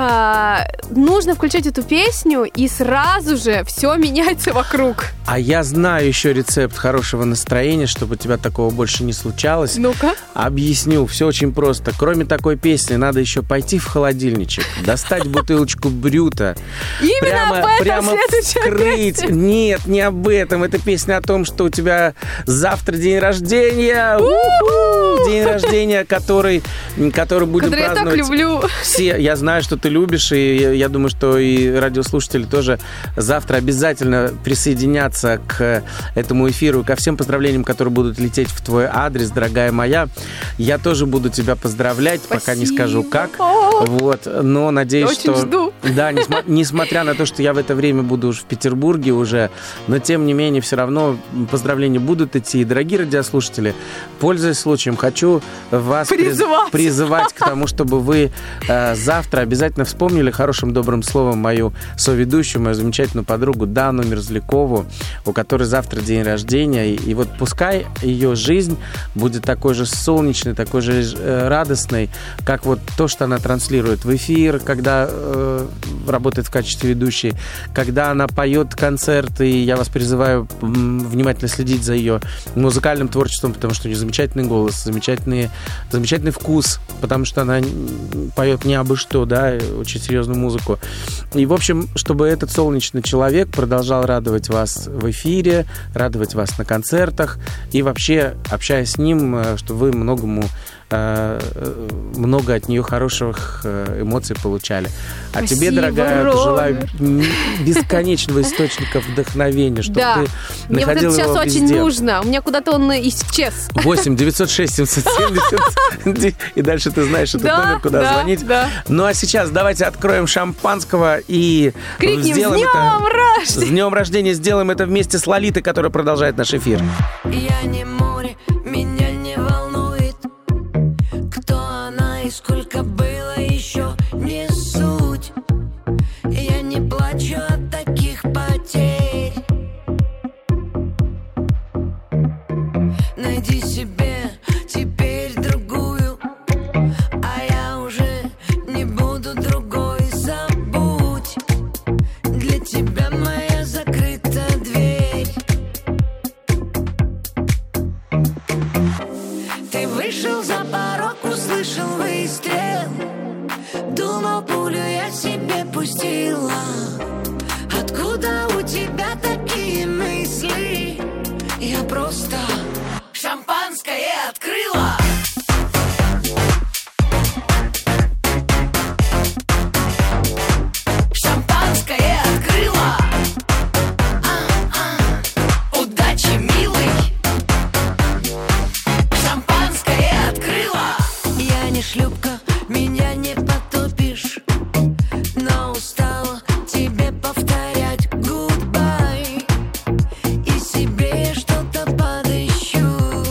[SPEAKER 2] нужно включать эту песню, и сразу же все меняется вокруг.
[SPEAKER 1] А я знаю еще рецепт хорошего настроения, чтобы у тебя такого больше не случалось.
[SPEAKER 2] Ну-ка.
[SPEAKER 1] Объясню, все очень просто. Кроме такой песни, надо еще пойти в холодильничек, достать бутылочку брюта.
[SPEAKER 2] Именно об этом
[SPEAKER 1] прямо
[SPEAKER 2] следующая
[SPEAKER 1] вскрыть.
[SPEAKER 2] песня.
[SPEAKER 1] Нет, не об этом. Это песня о том, что у тебя завтра день рождения. У-ху! день рождения, который будем
[SPEAKER 2] Который я так
[SPEAKER 1] праздновать
[SPEAKER 2] люблю.
[SPEAKER 1] все. Я знаю, что ты любишь, и я думаю, что и радиослушатели тоже завтра обязательно присоединятся к этому эфиру, ко всем поздравлениям, которые будут лететь в твой адрес, дорогая моя. Я тоже буду тебя поздравлять, пока не скажу как. Вот, но надеюсь,
[SPEAKER 2] Очень
[SPEAKER 1] что...
[SPEAKER 2] жду.
[SPEAKER 1] Да, несмотря на то, что я в это время буду уж в Петербурге уже, но тем не менее все равно поздравления будут идти. И, дорогие радиослушатели, пользуясь случаем, хочу вас призывать к тому, чтобы вы завтра обязательно вспомнили хорошим добрым словом мою соведущую, мою замечательную подругу Дану Мерзлякову, у которой завтра день рождения. И вот пускай ее жизнь будет такой же солнечной, такой же радостной, как вот то, что она транслирует в эфир, когда работает в качестве ведущей, когда она поет концерты, и я вас призываю внимательно следить за ее музыкальным творчеством, потому что у нее замечательный голос, замечательный вкус, потому что она поет не абы что, да, очень серьезную музыку. И, в общем, чтобы этот солнечный человек продолжал радовать вас в эфире, радовать вас на концертах, и вообще, общаясь с ним, чтобы вы много от нее хороших эмоций получали. А
[SPEAKER 2] Спасибо,
[SPEAKER 1] тебе, дорогая,
[SPEAKER 2] Роберт.
[SPEAKER 1] желаю бесконечного источника вдохновения, чтобы
[SPEAKER 2] Да,
[SPEAKER 1] ты
[SPEAKER 2] мне вот это
[SPEAKER 1] находила
[SPEAKER 2] сейчас
[SPEAKER 1] его
[SPEAKER 2] очень
[SPEAKER 1] везде.
[SPEAKER 2] нужно. У меня куда-то он исчез.
[SPEAKER 1] 8 906 770 и дальше ты знаешь этот номер, куда звонить.
[SPEAKER 2] Да.
[SPEAKER 1] Ну а сейчас давайте откроем шампанского и
[SPEAKER 2] Крикнем
[SPEAKER 1] сделаем
[SPEAKER 2] «С днем рождения!»
[SPEAKER 1] С днем рождения! Сделаем это вместе с Лолитой, которая продолжает наш эфир.
[SPEAKER 5] Я не море, меня не волнует, кто она и сколько было еще, не суть. Я не плачу от таких потерь. Найди себе теперь другую, а я уже не буду другой. Забудь, для тебя моя закрыта дверь. Ты вышел за порог, услышал выстрел. Думал, пулю я себе пустила. Откуда у тебя такие мысли? Я просто шампанское открыла. Шампанское открыла. Удачи, милый. Шампанское открыла. Я не шлюпка, меня не потопишь, но устала тебе повторять goodbye. И себе я что-то подыщу.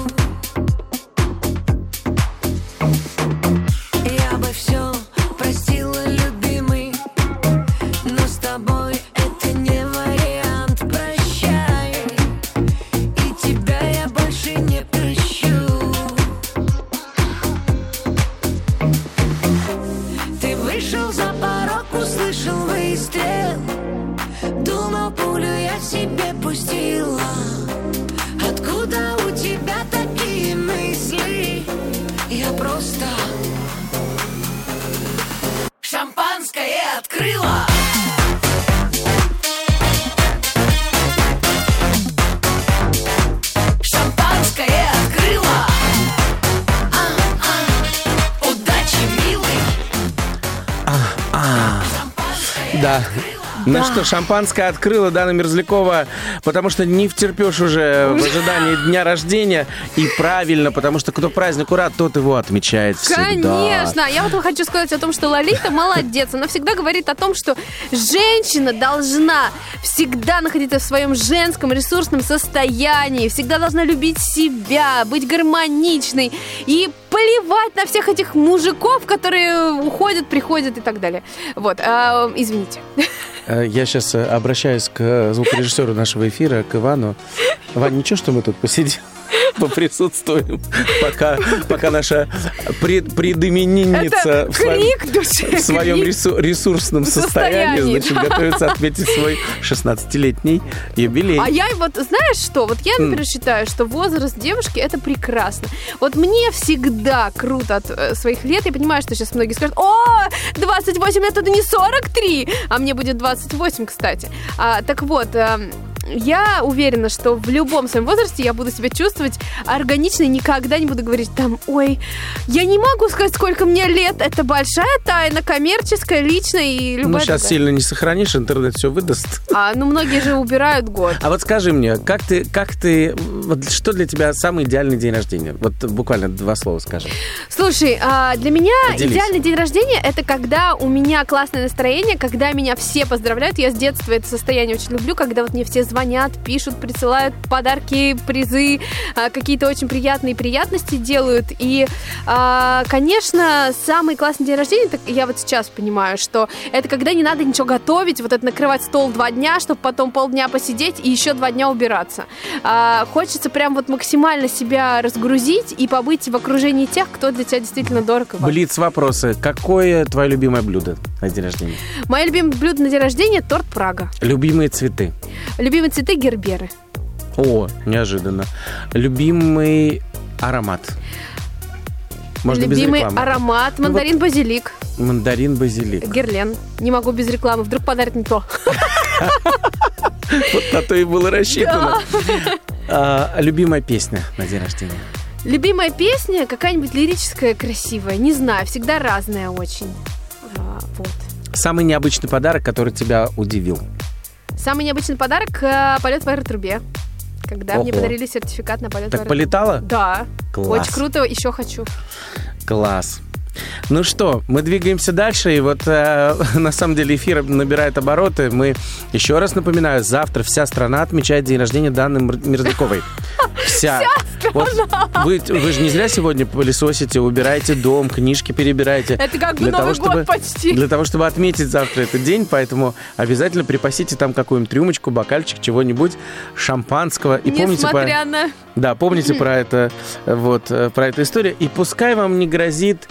[SPEAKER 5] Я бы все простила, любимый, но с тобой это не вариант. Прощай, и тебя я больше не прощу. Ты вышел за порог, услышал выстрел. Думал, пулю я себе пустила. Откуда у тебя такие мысли? Я просто шампанское открыла. Шампанское открыла. Удачи, милый.
[SPEAKER 1] Да. Ну что, шампанское открыла Дана Мерзлякова, потому что не втерпешь уже в ожидании дня рождения. И правильно, потому что кто празднику рад, тот его отмечает всегда.
[SPEAKER 2] Конечно. Я вот хочу сказать о том, что Лолита молодец. Она всегда говорит о том, что женщина должна всегда находиться в своем женском ресурсном состоянии, всегда должна любить себя, быть гармоничной и плевать на всех этих мужиков, которые уходят, приходят и так далее. Вот, извините.
[SPEAKER 1] Я сейчас обращаюсь к звукорежиссеру нашего эфира, к Ивану. Вань, ничего, что мы тут посидим? Поприсутствуем, пока наша предименинница в своем ресурсном состоянии, значит, готовится отметить свой 16-летний юбилей.
[SPEAKER 2] А я вот, знаешь что, вот я, например, считаю, что возраст девушки — это прекрасно. Вот мне всегда круто от своих лет. Я понимаю, что сейчас многие скажут: о, 28 лет — это не 43, а мне будет 28, кстати. Так вот, я уверена, что в любом своем возрасте я буду себя чувствовать органично и никогда не буду говорить там, ой, я не могу сказать, сколько мне лет, это большая тайна, коммерческая, личная и любая
[SPEAKER 1] Ну, сейчас
[SPEAKER 2] другая.
[SPEAKER 1] сильно не сохранишь, интернет все выдаст.
[SPEAKER 2] Многие же убирают год.
[SPEAKER 1] А вот скажи мне, как ты, вот что для тебя самый идеальный день рождения? Вот буквально 2 слова скажи.
[SPEAKER 2] Слушай, для меня
[SPEAKER 1] Поделись.
[SPEAKER 2] идеальный день рождения — это когда у меня классное настроение, когда меня все поздравляют. Я с детства это состояние очень люблю, когда вот мне все звонят, пишут, присылают подарки, призы, какие-то очень приятные приятности делают. И, конечно, самый классный день рождения, я вот сейчас понимаю, что это когда не надо ничего готовить, вот это накрывать стол 2 дня, чтобы потом полдня посидеть и еще 2 дня убираться. Хочется прям вот максимально себя разгрузить и побыть в окружении тех, кто для тебя действительно дорог и важен.
[SPEAKER 1] Блиц-вопросы. Какое твое любимое блюдо на день рождения?
[SPEAKER 2] Мое любимое блюдо на день рождения — торт Прага.
[SPEAKER 1] Любимые цветы?
[SPEAKER 2] Любимые цветы — герберы.
[SPEAKER 1] О, неожиданно. Любимый аромат? Можно без
[SPEAKER 2] Любимый
[SPEAKER 1] рекламы.
[SPEAKER 2] аромат — мандарин-базилик.
[SPEAKER 1] Мандарин-базилик.
[SPEAKER 2] Герлен. Не могу без рекламы, вдруг подарят не то.
[SPEAKER 1] Вот на то и было рассчитано. Любимая песня на день рождения?
[SPEAKER 2] Любимая песня какая-нибудь лирическая, красивая. Не знаю, всегда разная очень. Вот.
[SPEAKER 1] Самый необычный подарок, который тебя удивил?
[SPEAKER 2] Самый необычный подарок — полет в аэротрубе. Когда мне
[SPEAKER 1] Ого.
[SPEAKER 2] подарили сертификат на полет в
[SPEAKER 1] Так
[SPEAKER 2] аэротрубе.
[SPEAKER 1] полетала?
[SPEAKER 2] Да.
[SPEAKER 1] Класс.
[SPEAKER 2] Очень круто, еще хочу.
[SPEAKER 1] Класс. Ну что, мы двигаемся дальше, и вот на самом деле эфир набирает обороты. Мы, еще раз напоминаю, завтра вся страна отмечает день рождения Даны Мерзляковой. Вся. Вот вы же не зря сегодня пылесосите, убираете дом, книжки перебираете.
[SPEAKER 2] Это как бы
[SPEAKER 1] Для
[SPEAKER 2] Новый
[SPEAKER 1] того,
[SPEAKER 2] год
[SPEAKER 1] чтобы-
[SPEAKER 2] почти.
[SPEAKER 1] Для того, чтобы отметить завтра этот день, поэтому обязательно припасите там какую-нибудь рюмочку, бокальчик, чего-нибудь, шампанского. И помните
[SPEAKER 2] Несмотря на...
[SPEAKER 1] Да, помните про это, вот, про эту историю. И пускай вам не грозят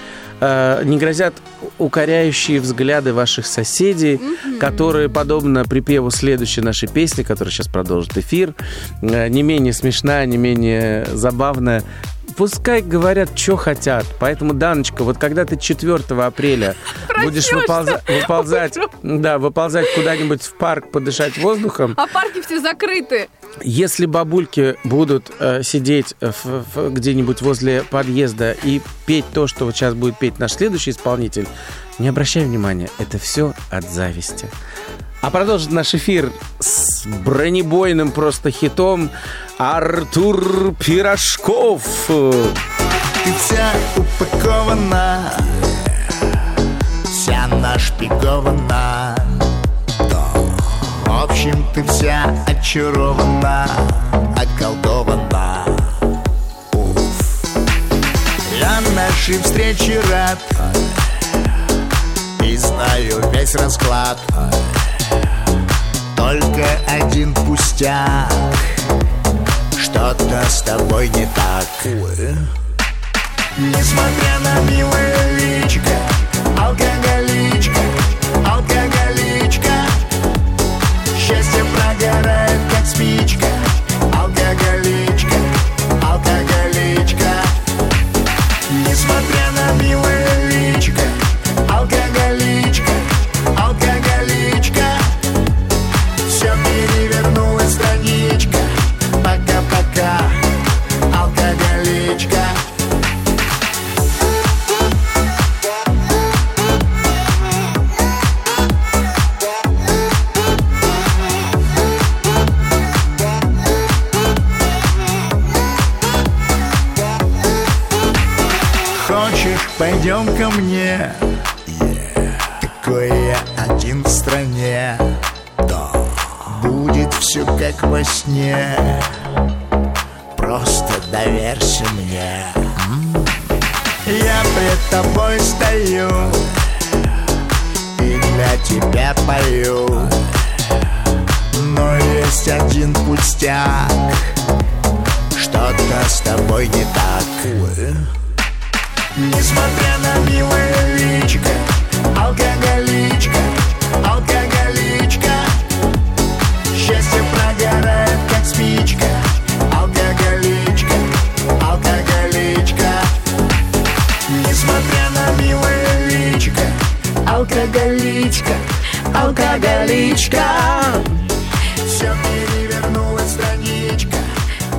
[SPEAKER 1] укоряющие взгляды ваших соседей, которые, подобно припеву следующей нашей песни, которая сейчас продолжит эфир, не менее смешная, не менее забавная. Пускай говорят, что хотят. Поэтому, Даночка, вот когда ты 4 апреля будешь выползать куда-нибудь в парк, подышать воздухом,
[SPEAKER 2] А парки все закрыты.
[SPEAKER 1] если бабульки будут сидеть где-нибудь возле подъезда и петь то, что вот сейчас будет петь наш следующий исполнитель, не обращай внимания, это все от зависти. А продолжит наш эфир с бронебойным просто хитом Артур Пирожков.
[SPEAKER 7] Ты вся упакована, вся нашпигована. В общем, ты вся очарована, околдована. Уф. Я нашей встрече рад и знаю весь расклад. Только один пустяк, что-то с тобой не так. Несмотря на милое личико, алкоголичка, алкоголичка. Счастье прогорает, как спичка, алкоголичка, алкоголичка. Несмотря на милое личико, алкоголичка, алкоголичка. Все перевернулась страничка, пока-пока, алкоголичка. Хочешь, пойдем ко мне? Такой я один в стране. Да. Будет все как во сне. Просто доверься мне. Я пред тобой стою и для тебя пою. Но есть один пустяк, что-то с тобой не так. Несмотря на милое личико, алкоголичка, алкоголичка. Счастье прогорает, как спичка, алкоголичка, алкоголичка. Несмотря на милое личико, алкоголичка, алкоголичка. Все перевернулось.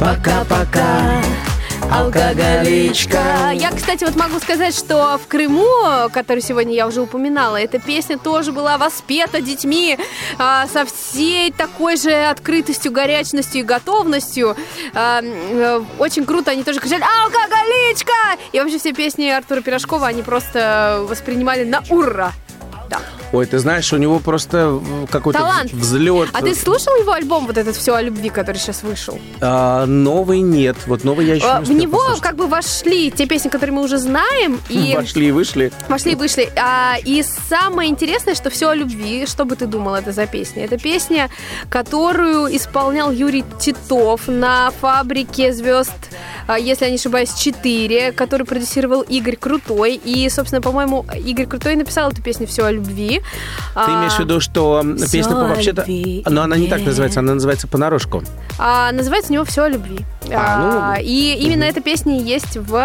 [SPEAKER 1] Пока-пока, алкоголичка.
[SPEAKER 2] Я, кстати, вот могу сказать, что в Крыму, который сегодня я уже упоминала, эта песня тоже была воспета детьми со всей такой же открытостью, горячностью и готовностью. Очень круто, они тоже кричали «Алкоголичка!» И вообще все песни Артура Пирожкова они просто воспринимали на ура. Да.
[SPEAKER 1] Ой, ты знаешь, у него просто какой-то
[SPEAKER 2] талант.
[SPEAKER 1] взлет.
[SPEAKER 2] А ты слушал его альбом, вот этот «Все о любви», который сейчас вышел?
[SPEAKER 1] Новый нет. Вот новый я еще не
[SPEAKER 2] В
[SPEAKER 1] успел
[SPEAKER 2] него
[SPEAKER 1] послушать.
[SPEAKER 2] как бы вошли те песни, которые мы уже знаем. И
[SPEAKER 1] Вошли и вышли.
[SPEAKER 2] Вошли и вышли. И самое интересное, что «Все о любви», что бы ты думал, это за песня? Это песня, которую исполнял Юрий Титов на «Фабрике звезд», если я не ошибаюсь, 4, который продюсировал Игорь Крутой. И, собственно, по-моему, Игорь Крутой написал эту песню «Все о любви».
[SPEAKER 1] Ты имеешь в виду, что песня
[SPEAKER 2] о
[SPEAKER 1] вообще-то...
[SPEAKER 2] любви,
[SPEAKER 1] Но она не так называется, она называется понарошку.
[SPEAKER 2] Называется у него «Все о любви». И именно эта песня есть в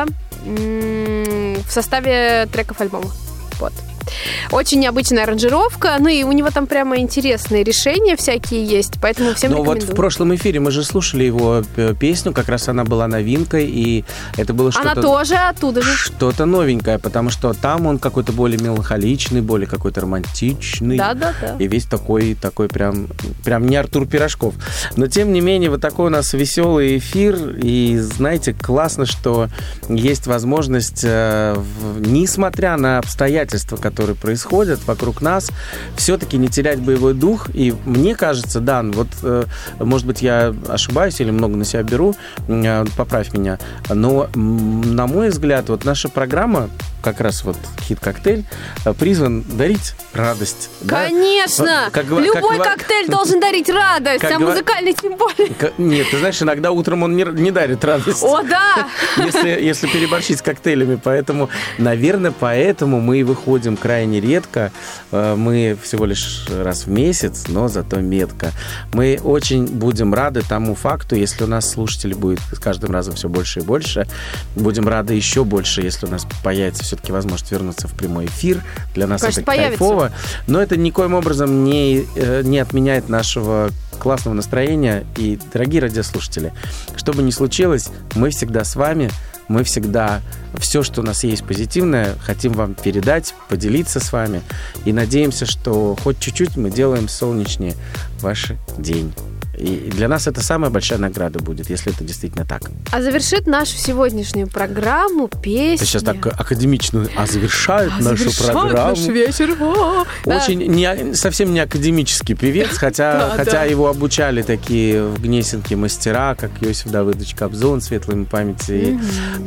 [SPEAKER 2] составе треков альбома. Вот. Очень необычная аранжировка, ну и у него там прямо интересные решения всякие есть, поэтому всем рекомендую.
[SPEAKER 1] Вот в прошлом эфире мы же слушали его песню, как раз она была новинкой, и это было что-то...
[SPEAKER 2] Она тоже оттуда же.
[SPEAKER 1] Что-то новенькое, потому что там он какой-то более меланхоличный, более какой-то романтичный.
[SPEAKER 2] Да.
[SPEAKER 1] И весь такой прям не Артур Пирожков. Но, тем не менее, вот такой у нас веселый эфир, и, знаете, классно, что есть возможность, несмотря на обстоятельства, которые происходят вокруг нас, все-таки не терять боевой дух. И мне кажется, Дан, вот, может быть, я ошибаюсь или много на себя беру, поправь меня, но, на мой взгляд, вот наша программа, как раз вот «Хит-коктейль», призван дарить радость.
[SPEAKER 2] Конечно!
[SPEAKER 1] Да?
[SPEAKER 2] Любой коктейль должен дарить радость, а музыкальный тем более.
[SPEAKER 1] Нет, ты знаешь, иногда утром он не дарит радость.
[SPEAKER 2] О, да!
[SPEAKER 1] Если переборщить с коктейлями. Поэтому, наверное, поэтому мы и выходим крайне редко. Мы всего лишь раз в месяц, но зато метко. Мы очень будем рады тому факту, если у нас слушателей будет с каждым разом все больше и больше. Будем рады еще больше, если у нас появится все-таки возможность вернуться в прямой эфир. Для нас
[SPEAKER 2] конечно,
[SPEAKER 1] это кайфово. Но это никоим образом не отменяет нашего классного настроения. И, дорогие радиослушатели, что бы ни случилось, мы всегда с вами. Мы всегда все, что у нас есть позитивное, хотим вам передать, поделиться с вами. И надеемся, что хоть чуть-чуть мы делаем солнечнее ваш день. И для нас это самая большая награда будет, если это действительно так.
[SPEAKER 2] А завершит нашу сегодняшнюю программу песня.
[SPEAKER 1] Ты сейчас так академичную. Завершает нашу программу.
[SPEAKER 2] Наш вечер.
[SPEAKER 1] Очень совсем не академический певец, хотя его обучали такие в Гнесинке мастера, как Иосиф Давыдович Кобзон, светлой ему памяти.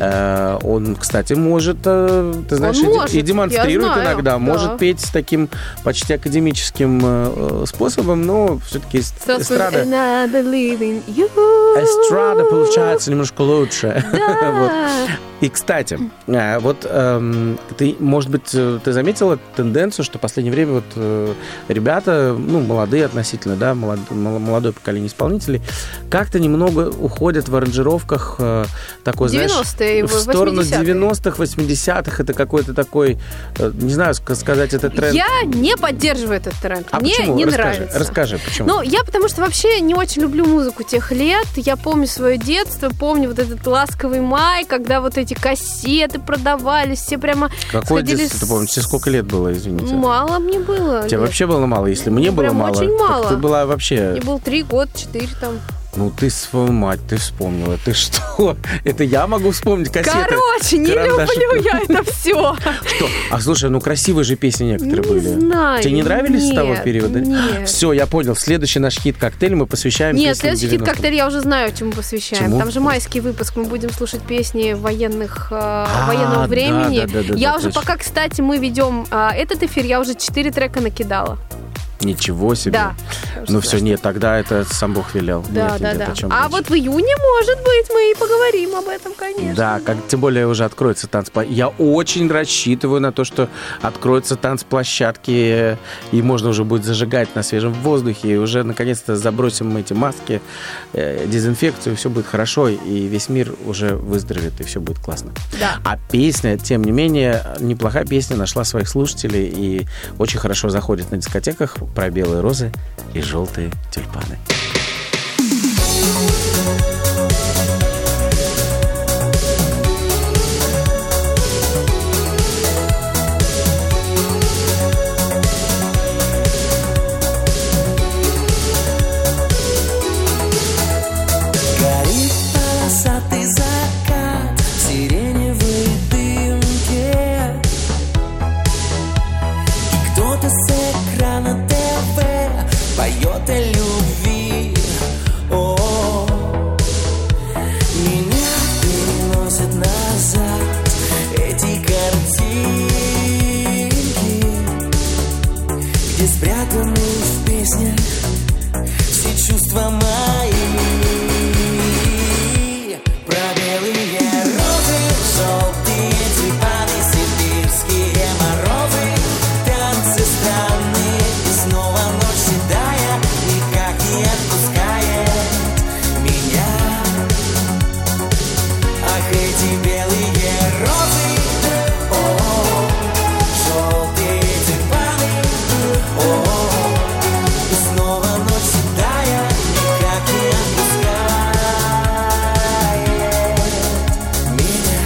[SPEAKER 1] Он, кстати, может, ты знаешь, и демонстрирует иногда, может петь с таким почти академическим способом, но все-таки эстрада. Эстрада получается немножко лучше.
[SPEAKER 2] Да.
[SPEAKER 1] Вот. И, кстати, вот ты, может быть, ты заметила тенденцию, что в последнее время вот ребята, молодые относительно, да, молодое поколение исполнителей, как-то немного уходят в аранжировках такой, знаешь, в сторону 90-х, 80-х. Это какой-то такой, не знаю, сказать, это тренд.
[SPEAKER 2] Я не поддерживаю этот тренд. Мне
[SPEAKER 1] почему?
[SPEAKER 2] не нравится.
[SPEAKER 1] Расскажи, почему?
[SPEAKER 2] Я потому что вообще не очень люблю музыку тех лет. Я помню свое детство, помню вот этот «Ласковый май», когда вот эти кассеты продавались, все прямо
[SPEAKER 1] Какое детство ты помнишь? Тебе сколько лет было, извините?
[SPEAKER 2] Мало мне было.
[SPEAKER 1] Тебе вообще было мало? Если мне было мало,
[SPEAKER 2] очень мало.
[SPEAKER 1] ты была вообще...
[SPEAKER 2] Мне было 3 года, 4 там.
[SPEAKER 1] Ты свою мать, ты вспомнила. Ты что? Это я могу вспомнить кассеты?
[SPEAKER 2] Короче, не люблю я это все.
[SPEAKER 1] Что? Слушай, красивые же песни некоторые были.
[SPEAKER 2] Не знаю.
[SPEAKER 1] Тебе не нравились с того периода?
[SPEAKER 2] Нет.
[SPEAKER 1] Все, я понял. Следующий наш хит-коктейль мы посвящаем
[SPEAKER 2] Нет,
[SPEAKER 1] песням
[SPEAKER 2] следующий
[SPEAKER 1] 90-х.
[SPEAKER 2] хит-коктейль я уже знаю, чему посвящаем.
[SPEAKER 1] Чему?
[SPEAKER 2] Там же майский выпуск. Мы будем слушать песни военного времени.
[SPEAKER 1] Да,
[SPEAKER 2] я уже
[SPEAKER 1] точно.
[SPEAKER 2] пока, кстати, мы ведем этот эфир, я уже 4 трека накидала.
[SPEAKER 1] Ничего себе.
[SPEAKER 2] Да.
[SPEAKER 1] Все, нет, тогда это сам Бог велел.
[SPEAKER 2] Да.
[SPEAKER 1] О чем
[SPEAKER 2] А
[SPEAKER 1] речь.
[SPEAKER 2] вот в июне, может быть, мы и поговорим об этом, конечно.
[SPEAKER 1] Да, тем более уже откроется танцплощадки. Я очень рассчитываю на то, что откроются танцплощадки, и можно уже будет зажигать на свежем воздухе, и уже наконец-то забросим мы эти маски, дезинфекцию, и все будет хорошо, и весь мир уже выздоровеет, и все будет классно.
[SPEAKER 2] Да.
[SPEAKER 1] А песня, тем не менее, неплохая песня, нашла своих слушателей, и очень хорошо заходит на дискотеках, про белые розы и желтые тюльпаны.
[SPEAKER 6] любви. О, меня переносят назад эти картинки, где спрятаны в песнях все чувства мои. Про белые розы, желтые тюльпаны, сибирские морозы, танцы странные, и снова ночь седая никак не отпускает меня. Ах, эти белые розы, о, желтые тюльпаны, о, и снова ночь седая никак не отпускает меня.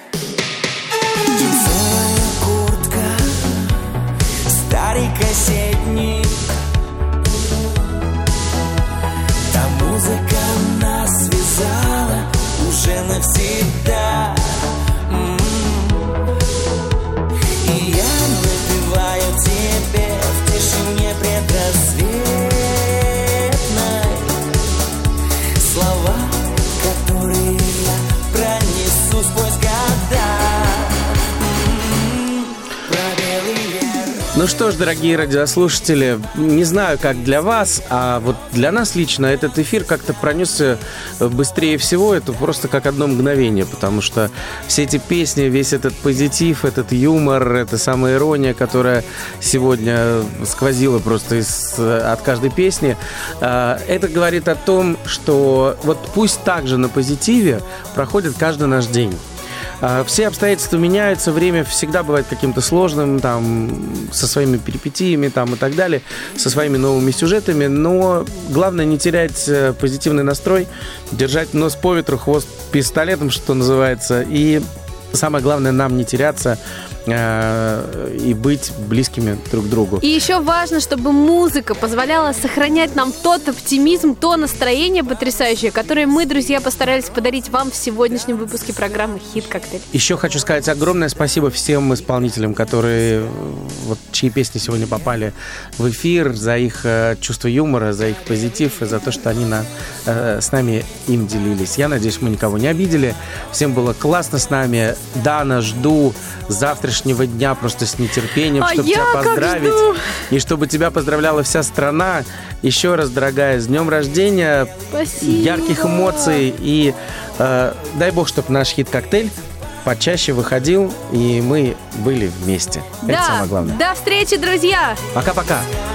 [SPEAKER 6] Джинсовая куртка, старый кассетник, та музыка нас связала уже навсегда. И я напеваю тебе в тишине предрассветной слова, которые я пронесу сквозь года. Про белые
[SPEAKER 1] Ну что ж, дорогие радиослушатели, не знаю, как для вас, а вот для нас лично этот эфир как-то пронесся быстрее всего. Это просто как одно мгновение, потому что все эти песни, весь этот позитив, этот юмор, эта самая ирония, которая сегодня сквозила просто от каждой песни, это говорит о том, что вот пусть также на позитиве проходит каждый наш день. Все обстоятельства меняются, время всегда бывает каким-то сложным, там, со своими перипетиями там, и так далее, со своими новыми сюжетами, но главное не терять позитивный настрой, держать нос по ветру, хвост пистолетом, что называется, и самое главное нам не теряться и быть близкими друг к другу.
[SPEAKER 2] И еще важно, чтобы музыка позволяла сохранять нам тот оптимизм, то настроение потрясающее, которое мы, друзья, постарались подарить вам в сегодняшнем выпуске программы «Хит-коктейль».
[SPEAKER 1] Еще хочу сказать огромное спасибо всем исполнителям, которые, вот, чьи песни сегодня попали в эфир, за их чувство юмора, за их позитив и за то, что они с нами им делились. Я надеюсь, мы никого не обидели. Всем было классно с нами. Дана, жду завтрашнего дня просто с нетерпением, чтобы тебя поздравить. И чтобы тебя поздравляла вся страна. Еще раз, дорогая, с днем рождения.
[SPEAKER 2] Спасибо.
[SPEAKER 1] Ярких эмоций. И дай бог, чтобы наш хит-коктейль почаще выходил, и мы были вместе.
[SPEAKER 2] Да,
[SPEAKER 1] это самое главное.
[SPEAKER 2] До встречи, друзья!
[SPEAKER 1] Пока-пока.